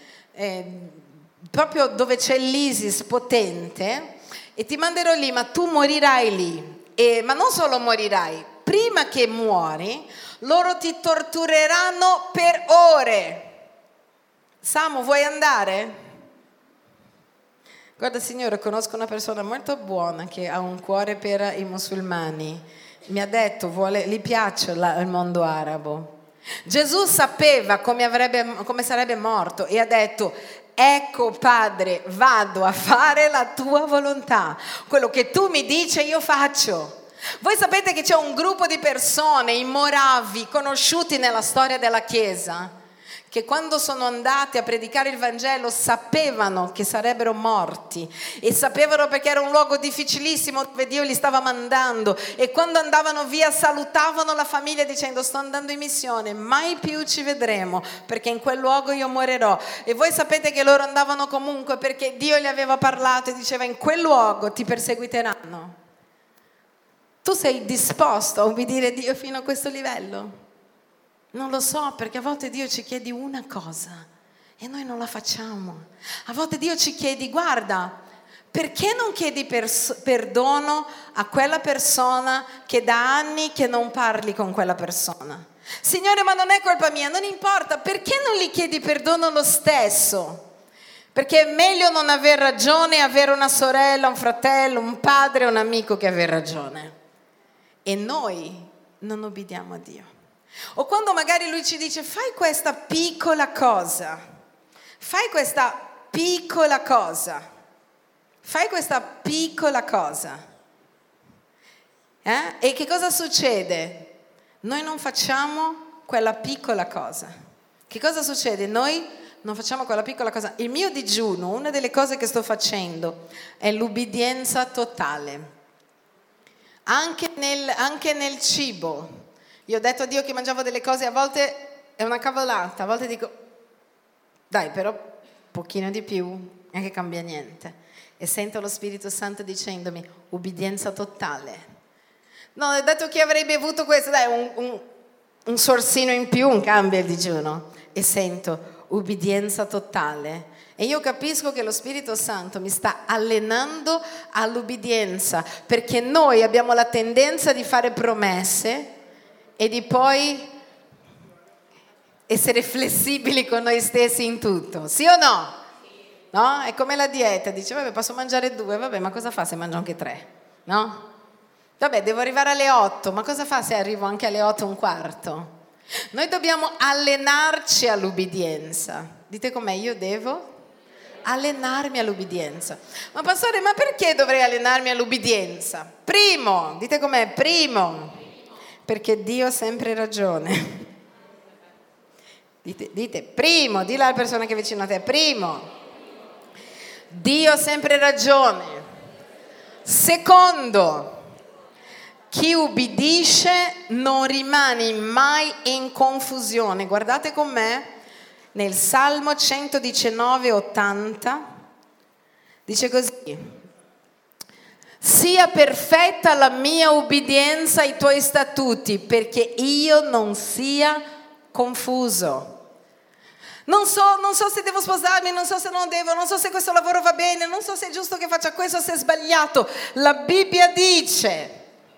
Speaker 2: proprio dove c'è l'ISIS potente, e ti manderò lì, ma tu morirai lì, ma non solo morirai, prima che muori loro ti tortureranno per ore. Samu, vuoi andare? Guarda Signore, conosco una persona molto buona che ha un cuore per i musulmani. Mi ha detto, gli piace il mondo arabo. Gesù sapeva come sarebbe morto e ha detto: ecco Padre, vado a fare la tua volontà. Quello che tu mi dici io faccio. Voi sapete che c'è un gruppo di persone, i Moravi, conosciuti nella storia della Chiesa, che quando sono andati a predicare il Vangelo sapevano che sarebbero morti, e sapevano perché era un luogo difficilissimo dove Dio li stava mandando, e quando andavano via salutavano la famiglia dicendo: sto andando in missione, mai più ci vedremo perché in quel luogo io morirò. E voi sapete che loro andavano comunque perché Dio gli aveva parlato e diceva: in quel luogo ti perseguiteranno. Tu sei disposto a obbedire Dio fino a questo livello? Non lo so, perché a volte Dio ci chiede una cosa e noi non la facciamo. A volte Dio ci chiede: guarda, perché non chiedi perdono a quella persona che da anni che non parli con quella persona? Signore, ma non è colpa mia, non importa, perché non gli chiedi perdono lo stesso? Perché è meglio non aver ragione e avere una sorella, un fratello, un padre, un amico che aver ragione. E noi non obbediamo a Dio. O quando magari Lui ci dice: fai questa piccola cosa, fai questa piccola cosa, fai questa piccola cosa. E che cosa succede? Noi non facciamo quella piccola cosa. Che cosa succede? Noi non facciamo quella piccola cosa. Il mio digiuno, una delle cose che sto facendo è l'ubbidienza totale. Anche nel cibo. Io ho detto a Dio che mangiavo delle cose, a volte è una cavolata, a volte dico: dai, però un pochino di più, non è che cambia niente. E sento lo Spirito Santo dicendomi: ubbidienza totale. No, ho detto che avrei bevuto questo, dai, un sorsino in più, un cambia il digiuno. E sento ubbidienza totale. E io capisco che lo Spirito Santo mi sta allenando all'ubbidienza, perché noi abbiamo la tendenza di fare promesse e di poi essere flessibili con noi stessi in tutto, sì o no? No? È come la dieta, dice: vabbè, posso mangiare 2, vabbè, ma cosa fa se mangio anche 3? No? Vabbè, devo arrivare alle 8, ma cosa fa se arrivo anche alle 8:15? Noi dobbiamo allenarci all'ubbidienza. Dite com'è? Io devo Allenarmi all'ubbidienza. Ma pastore, ma perché dovrei allenarmi all'ubbidienza? Primo, dite com'è, primo, perché Dio ha sempre ragione. Dite primo, dillo alla persona che è vicino a te, primo, Dio ha sempre ragione. Secondo, chi ubbidisce non rimane mai in confusione. Guardate con me nel Salmo 119,80, dice così: sia perfetta la mia ubbidienza ai tuoi statuti, perché io non sia confuso. Non so se devo sposarmi, non so se non devo, non so se questo lavoro va bene, non so se è giusto che faccia questo, se è sbagliato. La Bibbia dice: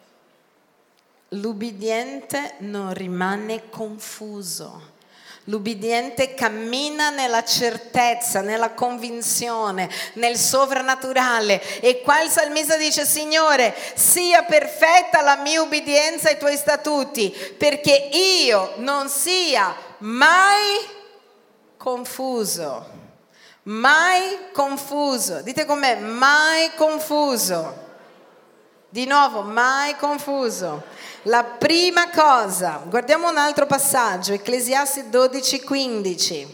Speaker 2: l'ubbidiente non rimane confuso. L'ubbidiente cammina nella certezza, nella convinzione, nel sovrannaturale. E qua il salmista dice: Signore, sia perfetta la mia ubbidienza ai tuoi statuti, perché io non sia mai confuso. Mai confuso. Dite con me, mai confuso. Di nuovo, mai confuso. La prima cosa, guardiamo un altro passaggio, Ecclesiasti 12,15.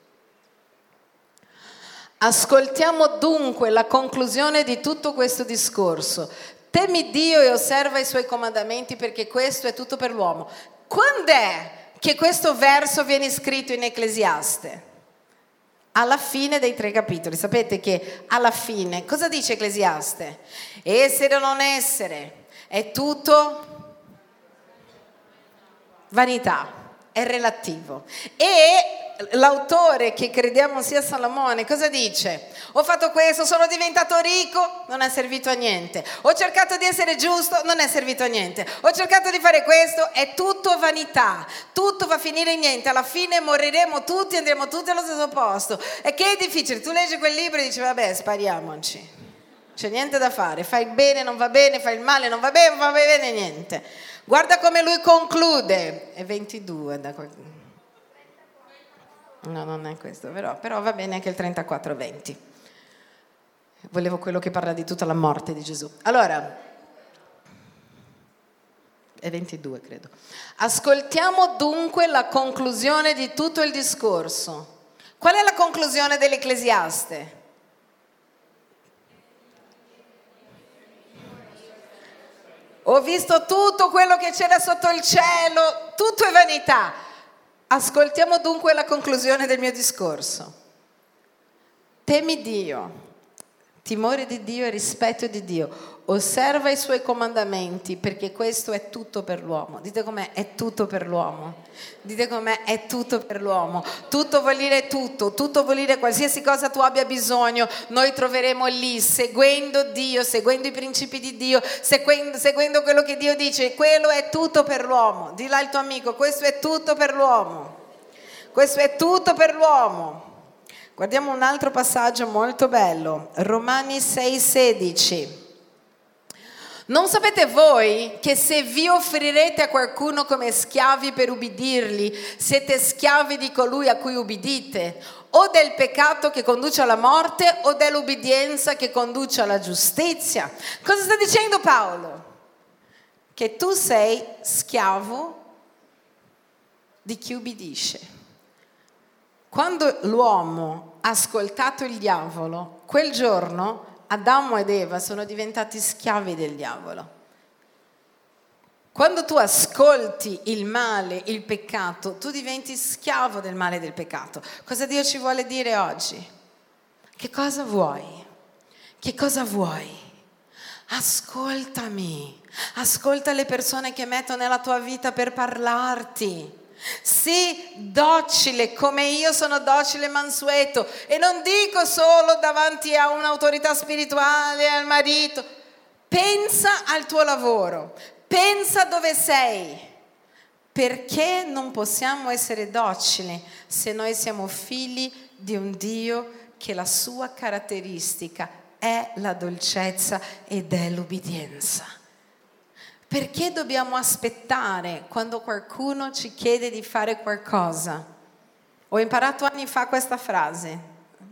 Speaker 2: Ascoltiamo dunque la conclusione di tutto questo discorso. Temi Dio e osserva i suoi comandamenti, perché questo è tutto per l'uomo. Quando è che questo verso viene scritto in Ecclesiaste? Alla fine dei 3 capitoli. Sapete che alla fine, cosa dice Ecclesiaste? Essere o non essere, è tutto vanità, è relativo. E l'autore, che crediamo sia Salomone, cosa dice? Ho fatto questo, sono diventato ricco, non è servito a niente. Ho cercato di essere giusto, non è servito a niente. Ho cercato di fare questo, è tutto vanità. Tutto va a finire in niente. Alla fine moriremo tutti, andremo tutti allo stesso posto. E che è difficile. Tu leggi quel libro e dici: vabbè, spariamoci. C'è niente da fare. Fai il bene, non va bene. Fai il male, non va bene, niente. Guarda come lui conclude. È 22 da quel... No, non è questo, però va bene anche il 34-20. Volevo quello che parla di tutta la morte di Gesù. Allora, è 22 credo. Ascoltiamo dunque la conclusione di tutto il discorso. Qual è la conclusione dell'Ecclesiaste? Ho visto tutto quello che c'era sotto il cielo, tutto è vanità. Ascoltiamo dunque la conclusione del mio discorso. Temi Dio, timore di Dio e rispetto di Dio. Osserva i suoi comandamenti, perché questo è tutto per l'uomo. Dite com'è, è tutto per l'uomo. Dite com'è, è tutto per l'uomo. Tutto vuol dire tutto vuol dire qualsiasi cosa tu abbia bisogno, noi troveremo lì, seguendo Dio, seguendo i principi di Dio, seguendo quello che Dio dice. Quello è tutto per l'uomo. Di là al tuo amico, questo è tutto per l'uomo. Questo è tutto per l'uomo. Guardiamo un altro passaggio molto bello, Romani 6,16. Non sapete voi che se vi offrirete a qualcuno come schiavi per ubbidirgli, siete schiavi di colui a cui ubbidite, o del peccato che conduce alla morte o dell'ubbidienza che conduce alla giustizia? Cosa sta dicendo Paolo? Che tu sei schiavo di chi ubbidisce. Quando l'uomo ha ascoltato il diavolo, quel giorno Adamo ed Eva sono diventati schiavi del diavolo. Quando tu ascolti il male, il peccato, tu diventi schiavo del male e del peccato. Cosa Dio ci vuole dire oggi? Che cosa vuoi? Che cosa vuoi? Ascoltami. Ascolta le persone che metto nella tua vita per parlarti. Sii docile come io sono docile e mansueto, e non dico solo davanti a un'autorità spirituale, al marito. Pensa al tuo lavoro, pensa dove sei. Perché non possiamo essere docili se noi siamo figli di un Dio che la sua caratteristica è la dolcezza ed è l'ubbidienza? Perché dobbiamo aspettare quando qualcuno ci chiede di fare qualcosa? Ho imparato anni fa questa frase,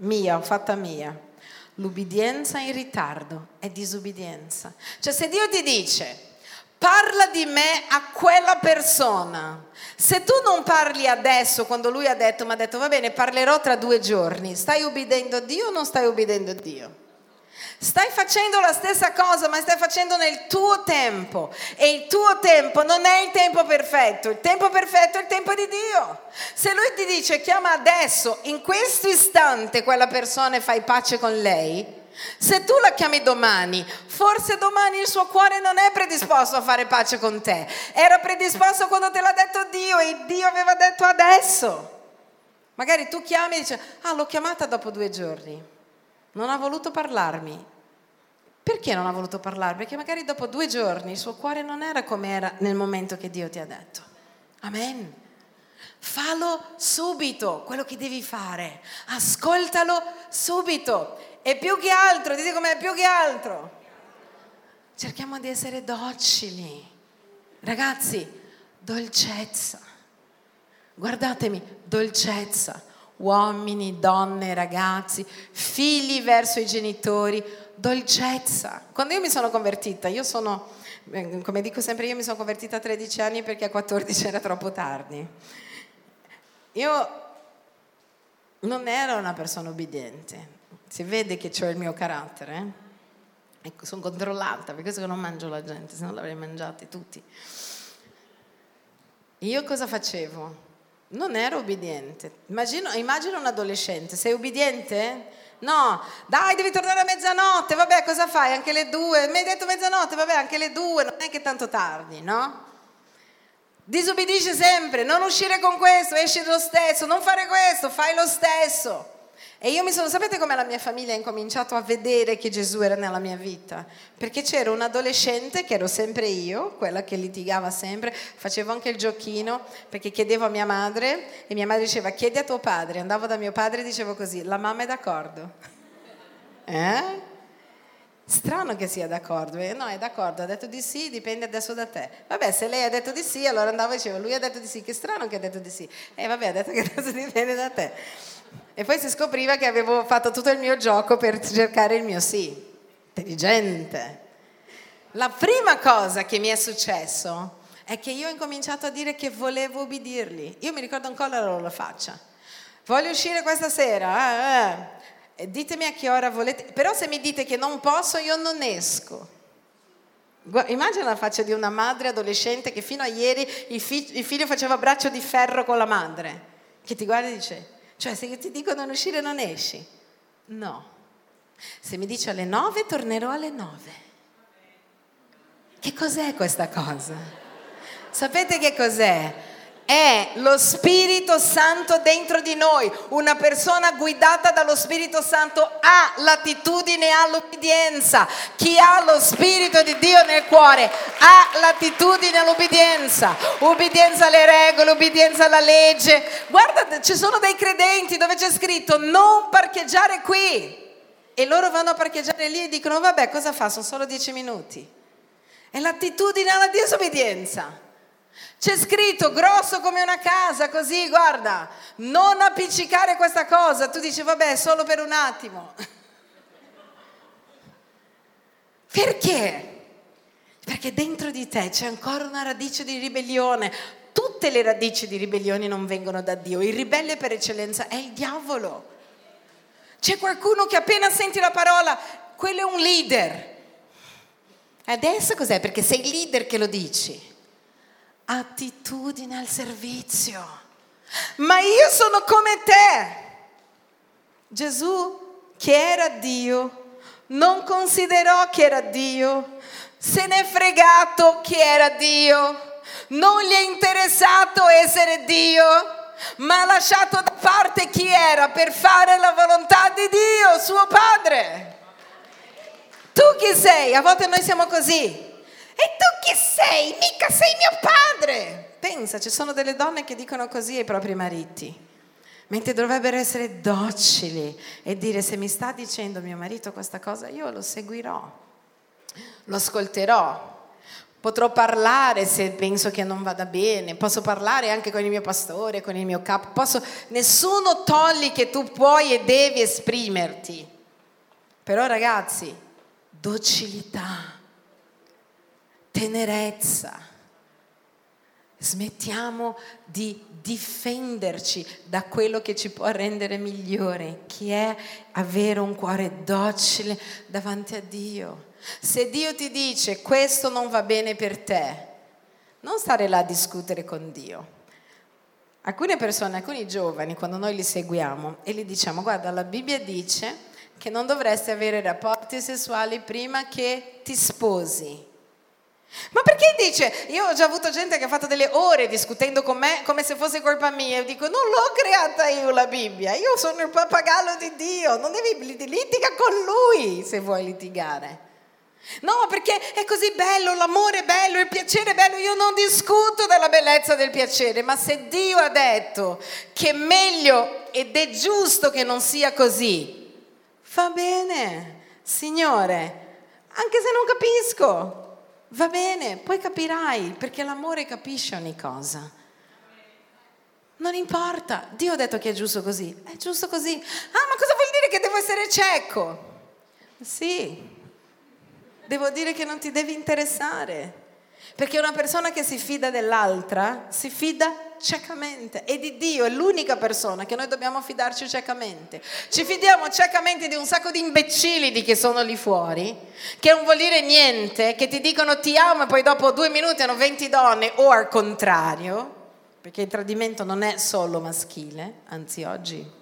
Speaker 2: mia, ho fatta mia. L'ubbidienza in ritardo è disubbidienza. Cioè se Dio ti dice parla di me a quella persona, se tu non parli adesso, quando lui ha detto, mi ha detto va bene, parlerò tra 2 giorni, stai ubbidendo a Dio o non stai ubbidendo a Dio? Stai facendo la stessa cosa, ma stai facendo nel tuo tempo, e il tuo tempo non è il tempo perfetto è il tempo di Dio. Se lui ti dice chiama adesso, in questo istante quella persona e fai pace con lei, se tu la chiami domani, forse domani il suo cuore non è predisposto a fare pace con te, era predisposto quando te l'ha detto Dio e Dio aveva detto adesso. Magari tu chiami e dici l'ho chiamata dopo 2 giorni, non ha voluto parlarmi. Perché non ha voluto parlarmi? Perché magari dopo 2 giorni il suo cuore non era come era nel momento che Dio ti ha detto. Amen. Fallo subito, quello che devi fare. Ascoltalo subito. E più che altro, dite com'è, più che altro, cerchiamo di essere docili. Ragazzi, dolcezza. Guardatemi, dolcezza. Uomini, donne, ragazzi, figli verso i genitori, dolcezza. Quando io mi sono convertita, come dico sempre, io mi sono convertita a 13 anni perché a 14 era troppo tardi. Io non ero una persona ubbidiente, si vede che c'ho il mio carattere, Ecco, sono controllata, per questo che non mangio la gente, se no l'avrei mangiati tutti. Io cosa facevo? Non ero obbediente. Immagino un adolescente. Sei obbediente? No, dai, devi tornare a mezzanotte. Vabbè, cosa fai? Anche le 2. Mi hai detto mezzanotte? Vabbè, anche le 2. Non è che tanto tardi, no? Disobbedisci sempre. Non uscire con questo, esci lo stesso. Non fare questo, fai lo stesso. E sapete come la mia famiglia ha incominciato a vedere che Gesù era nella mia vita? Perché c'era un adolescente che ero sempre io, quella che litigava sempre, facevo anche il giochino, perché chiedevo a mia madre e mia madre diceva chiedi a tuo padre, andavo da mio padre e dicevo così, la mamma è d'accordo? Strano che sia d'accordo, no è d'accordo, ha detto di sì, dipende adesso da te. Vabbè, se lei ha detto di sì, allora andavo e dicevo lui ha detto di sì, che strano che ha detto di sì. Vabbè, ha detto che adesso dipende da te. E poi si scopriva che avevo fatto tutto il mio gioco per cercare il mio sì. Intelligente. La prima cosa che mi è successo è che io ho incominciato a dire che volevo ubbidirli. Io mi ricordo ancora la loro faccia. Voglio uscire questa sera? Ditemi a che ora volete. Però se mi dite che non posso, io non esco. Immagina la faccia di una madre adolescente che fino a ieri il figlio faceva braccio di ferro con la madre. Che ti guarda e dice... Cioè, se io ti dico non uscire, non esci? No. Se mi dici alle 9, tornerò alle 9. Che cos'è questa cosa? Sapete che cos'è? È lo Spirito Santo dentro di noi. Una persona guidata dallo Spirito Santo ha l'attitudine all'obbedienza. Chi ha lo Spirito di Dio nel cuore ha l'attitudine all'obbedienza. Obbedienza alle regole, obbedienza alla legge. Guarda, ci sono dei credenti dove c'è scritto non parcheggiare qui. E loro vanno a parcheggiare lì e dicono vabbè, cosa fa? Sono solo 10 minuti. È l'attitudine alla disobbedienza. C'è scritto grosso come una casa, così, guarda, non appiccicare questa cosa. Tu dici, vabbè, solo per un attimo. Perché? Perché dentro di te c'è ancora una radice di ribellione. Tutte le radici di ribellione non vengono da Dio. Il ribelle per eccellenza è il diavolo. C'è qualcuno che appena senti la parola, quello è un leader. Adesso cos'è? Perché sei il leader che lo dici. Attitudine al servizio. Ma io sono come te. Gesù, che era Dio, non considerò che era Dio, se n'è fregato che era Dio, non gli è interessato essere Dio, ma ha lasciato da parte chi era per fare la volontà di Dio, suo Padre. Tu chi sei? A volte noi siamo così. E tu chi sei? Mica sei mio padre. Pensa, ci sono delle donne che dicono così ai propri mariti, mentre dovrebbero essere docili e dire se mi sta dicendo mio marito questa cosa io lo seguirò, lo ascolterò. Potrò parlare se penso che non vada bene, posso parlare anche con il mio pastore, con il mio capo, nessuno toglie che tu puoi e devi esprimerti. Però ragazzi, docilità, tenerezza, smettiamo di difenderci da quello che ci può rendere migliore, che è avere un cuore docile davanti a Dio. Se Dio ti dice questo non va bene per te, non stare là a discutere con Dio. Alcune persone, alcuni giovani, quando noi li seguiamo e gli diciamo guarda, la Bibbia dice che non dovresti avere rapporti sessuali prima che ti sposi. Ma perché dice? Io ho già avuto gente che ha fatto delle ore discutendo con me come se fosse colpa mia. Io dico, non l'ho creata io la Bibbia, io sono il pappagallo di Dio, non devi litigare con lui se vuoi litigare. No, perché è così bello, l'amore è bello, il piacere è bello, io non discuto della bellezza del piacere, ma se Dio ha detto che è meglio ed è giusto che non sia così, va bene, Signore, anche se non capisco, va bene, poi capirai, perché l'amore capisce ogni cosa. Non importa, Dio ha detto che è giusto così, ma cosa vuol dire che devo essere cieco? Sì. Devo dire che non ti devi interessare, perché una persona che si fida dell'altra si fida ciecamente, e di Dio è l'unica persona che noi dobbiamo fidarci ciecamente. Ci fidiamo ciecamente di un sacco di imbecilli che sono lì fuori, che non vuol dire niente, che ti dicono ti amo e poi dopo 2 minuti hanno 20 donne, o al contrario, perché il tradimento non è solo maschile, anzi oggi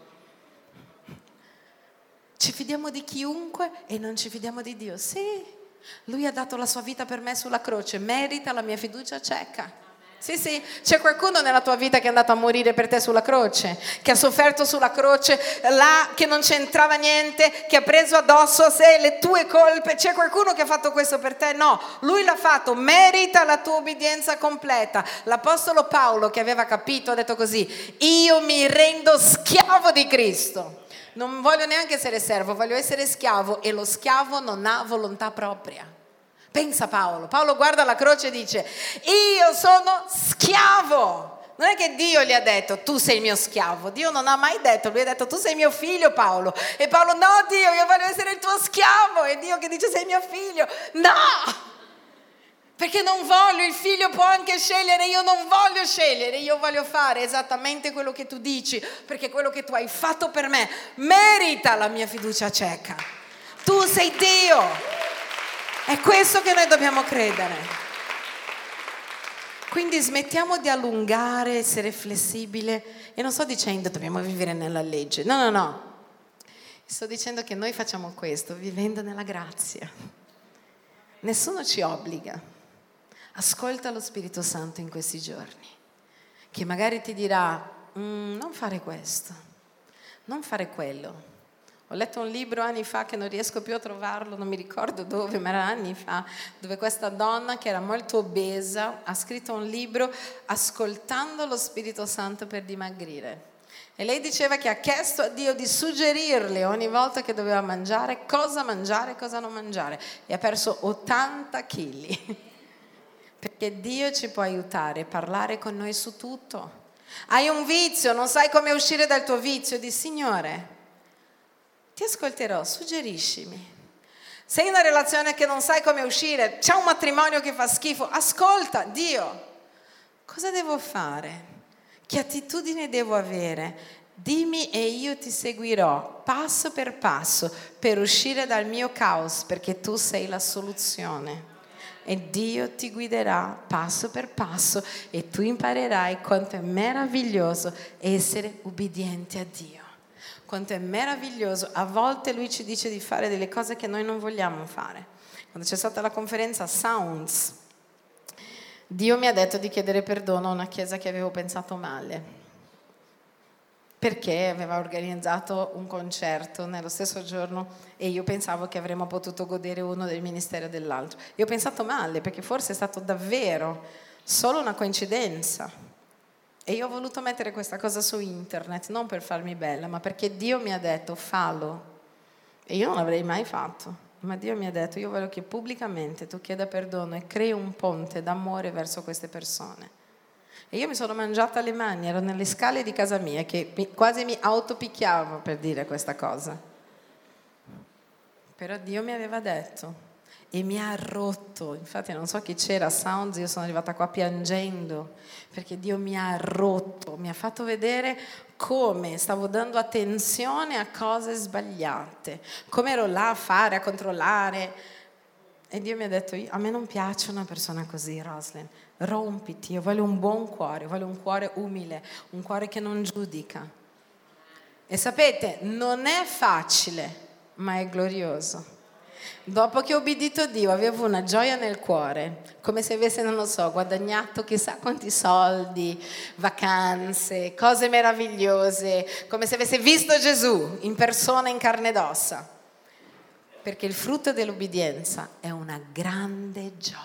Speaker 2: ci fidiamo di chiunque e non ci fidiamo di Dio. Sì, Lui ha dato la sua vita per me sulla croce, merita la mia fiducia cieca. Sì, c'è qualcuno nella tua vita che è andato a morire per te sulla croce, che ha sofferto sulla croce, là che non c'entrava niente, che ha preso addosso a sé le tue colpe. C'è qualcuno che ha fatto questo per te? No, Lui l'ha fatto, merita la tua obbedienza completa. L'apostolo Paolo, che aveva capito, ha detto così: io mi rendo schiavo di Cristo. Non voglio neanche essere servo, voglio essere schiavo, e lo schiavo non ha volontà propria. Pensa Paolo guarda la croce e dice: io sono schiavo. Non è che Dio gli ha detto tu sei il mio schiavo, Dio non ha mai detto, lui ha detto tu sei mio figlio Paolo, e Paolo no Dio, io voglio essere il tuo schiavo, e Dio che dice sei mio figlio, no! Perché non voglio, il figlio può anche scegliere, io non voglio scegliere, io voglio fare esattamente quello che tu dici, perché quello che tu hai fatto per me merita la mia fiducia cieca. Tu sei Dio, è questo che noi dobbiamo credere. Quindi smettiamo di allungare, essere flessibile, e non sto dicendo dobbiamo vivere nella legge, no. Sto dicendo che noi facciamo questo vivendo nella grazia. Nessuno ci obbliga. Ascolta lo Spirito Santo in questi giorni, che magari ti dirà non fare questo, non fare quello. Ho letto un libro anni fa che non riesco più a trovarlo, non mi ricordo dove, ma era anni fa, dove questa donna che era molto obesa ha scritto un libro ascoltando lo Spirito Santo per dimagrire. E lei diceva che ha chiesto a Dio di suggerirle ogni volta che doveva mangiare cosa non mangiare, e ha perso 80 chili. Perché Dio ci può aiutare, parlare con noi su tutto. Hai un vizio, non sai come uscire dal tuo vizio, di Signore, ti ascolterò, suggeriscimi. Sei in una relazione che non sai come uscire, c'è un matrimonio che fa schifo, ascolta Dio, cosa devo fare? Che attitudine devo avere? Dimmi e io ti seguirò passo per passo per uscire dal mio caos, perché tu sei la soluzione. E Dio ti guiderà passo per passo e tu imparerai quanto è meraviglioso essere ubbidienti a Dio. Quanto è meraviglioso, a volte Lui ci dice di fare delle cose che noi non vogliamo fare. Quando c'è stata la conferenza Sounds, Dio mi ha detto di chiedere perdono a una chiesa che avevo pensato male, perché aveva organizzato un concerto nello stesso giorno e io pensavo che avremmo potuto godere uno del ministero dell'altro. Io ho pensato male, perché forse è stato davvero solo una coincidenza. E io ho voluto mettere questa cosa su internet, non per farmi bella, ma perché Dio mi ha detto fallo. E io non l'avrei mai fatto. ma Dio mi ha detto, io voglio che pubblicamente tu chieda perdono e crei un ponte d'amore verso queste persone. E io mi sono mangiata le mani, ero nelle scale di casa mia che quasi mi autopicchiavo per dire questa cosa. Però Dio mi aveva detto e mi ha rotto. Infatti non so chi c'era a Sounds, io sono arrivata qua piangendo perché Dio mi ha rotto, mi ha fatto vedere come stavo dando attenzione a cose sbagliate, come ero là a fare, a controllare. E Dio mi ha detto, a me non piace una persona così, Roslyn, rompiti, io voglio un buon cuore, voglio un cuore umile, un cuore che non giudica. E sapete, non è facile, ma è glorioso. Dopo che ho obbedito a Dio avevo una gioia nel cuore, come se avessi, non lo so, guadagnato chissà quanti soldi, vacanze, cose meravigliose, come se avessi visto Gesù in persona, in carne ed ossa. Perché il frutto dell'obbedienza è una grande gioia.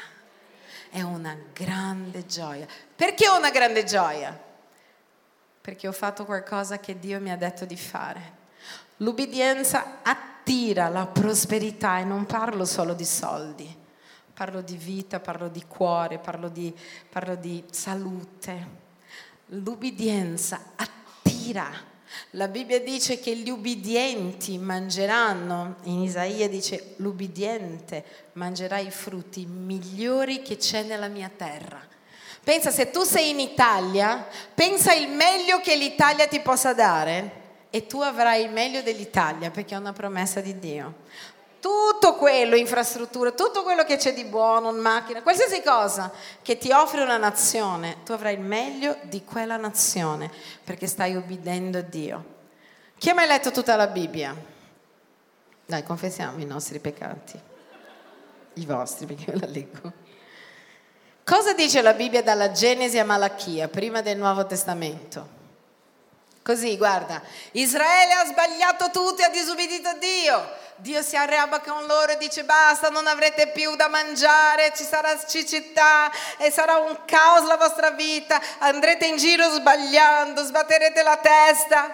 Speaker 2: È una grande gioia. Perché ho una grande gioia? Perché ho fatto qualcosa che Dio mi ha detto di fare. L'obbedienza attira la prosperità e non parlo solo di soldi. Parlo di vita, parlo di cuore, parlo di salute. L'obbedienza attira. La Bibbia dice che gli ubbidienti mangeranno, in Isaia dice l'ubbidiente mangerà i frutti migliori che c'è nella mia terra. Pensa, se tu sei in Italia, pensa il meglio che l'Italia ti possa dare e tu avrai il meglio dell'Italia perché è una promessa di Dio. Tutto quello, infrastrutture, tutto quello che c'è di buono, macchina, qualsiasi cosa che ti offre una nazione, tu avrai il meglio di quella nazione perché stai obbedendo a Dio. Chi ha mai letto tutta la Bibbia? Dai, confessiamo i nostri peccati. I vostri, perché io la leggo. Cosa dice la Bibbia dalla Genesi a Malachia, prima del Nuovo Testamento? Così, guarda, Israele ha sbagliato tutto e ha disobbedito a Dio. Dio si arrabbia con loro e dice basta, non avrete più da mangiare, ci sarà siccità e sarà un caos la vostra vita, andrete in giro sbagliando, sbatterete la testa.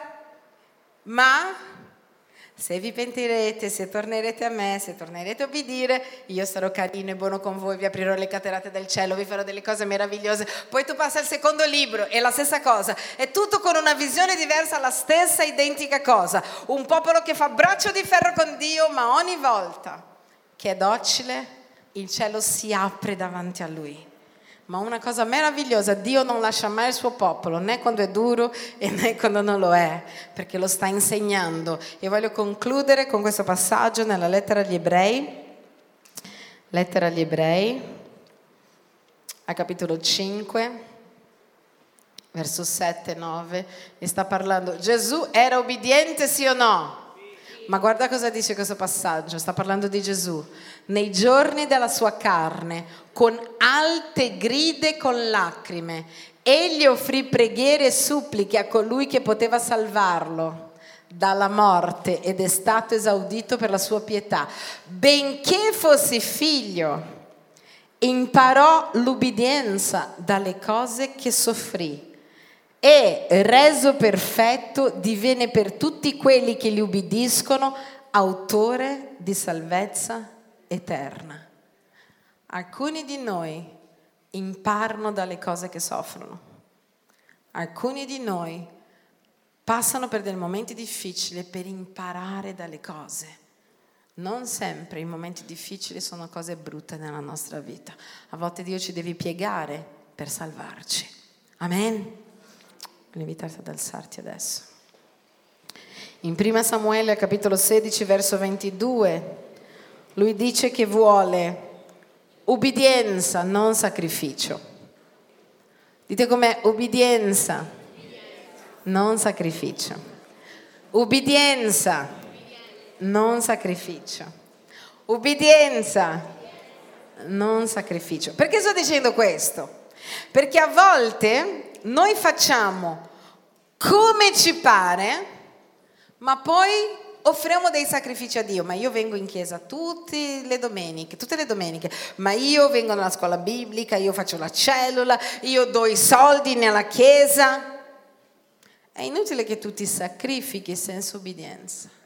Speaker 2: Ma se vi pentirete, se tornerete a me, se tornerete a obbedire, io sarò carino e buono con voi, vi aprirò le caterate del cielo, vi farò delle cose meravigliose. Poi tu passi al secondo libro, è la stessa cosa, è tutto con una visione diversa, la stessa identica cosa. Un popolo che fa braccio di ferro con Dio, ma ogni volta che è docile, il cielo si apre davanti a lui. Ma una cosa meravigliosa, Dio non lascia mai il suo popolo, né quando è duro e né quando non lo è, perché lo sta insegnando. E voglio concludere con questo passaggio nella lettera agli Ebrei, a capitolo 5, verso 7 e 9, e sta parlando, Gesù era obbediente sì o no? Ma guarda cosa dice questo passaggio, sta parlando di Gesù. Nei giorni della sua carne, con alte grida e con lacrime, egli offrì preghiere e suppliche a colui che poteva salvarlo dalla morte ed è stato esaudito per la sua pietà. Benché fosse figlio, imparò l'ubbidienza dalle cose che soffrì. E reso perfetto divenne per tutti quelli che gli ubbidiscono autore di salvezza eterna. Alcuni di noi imparano dalle cose che soffrono. Alcuni di noi passano per dei momenti difficili per imparare dalle cose. Non sempre i momenti difficili sono cose brutte nella nostra vita. A volte Dio ci deve piegare per salvarci. Amen. Voglio invitarti ad alzarti adesso. In 1 Samuele, capitolo 16, verso 22, lui dice che vuole ubbidienza, non sacrificio. Dite com'è? Ubbidienza, non sacrificio. Ubbidienza, non sacrificio. Ubbidienza, non sacrificio. Perché sto dicendo questo? Perché a volte noi facciamo come ci pare, ma poi offriamo dei sacrifici a Dio. Ma io vengo in chiesa tutte le domeniche, ma io vengo nella scuola biblica, io faccio la cellula, io do i soldi nella chiesa. È inutile che tu ti sacrifichi senza ubbidienza.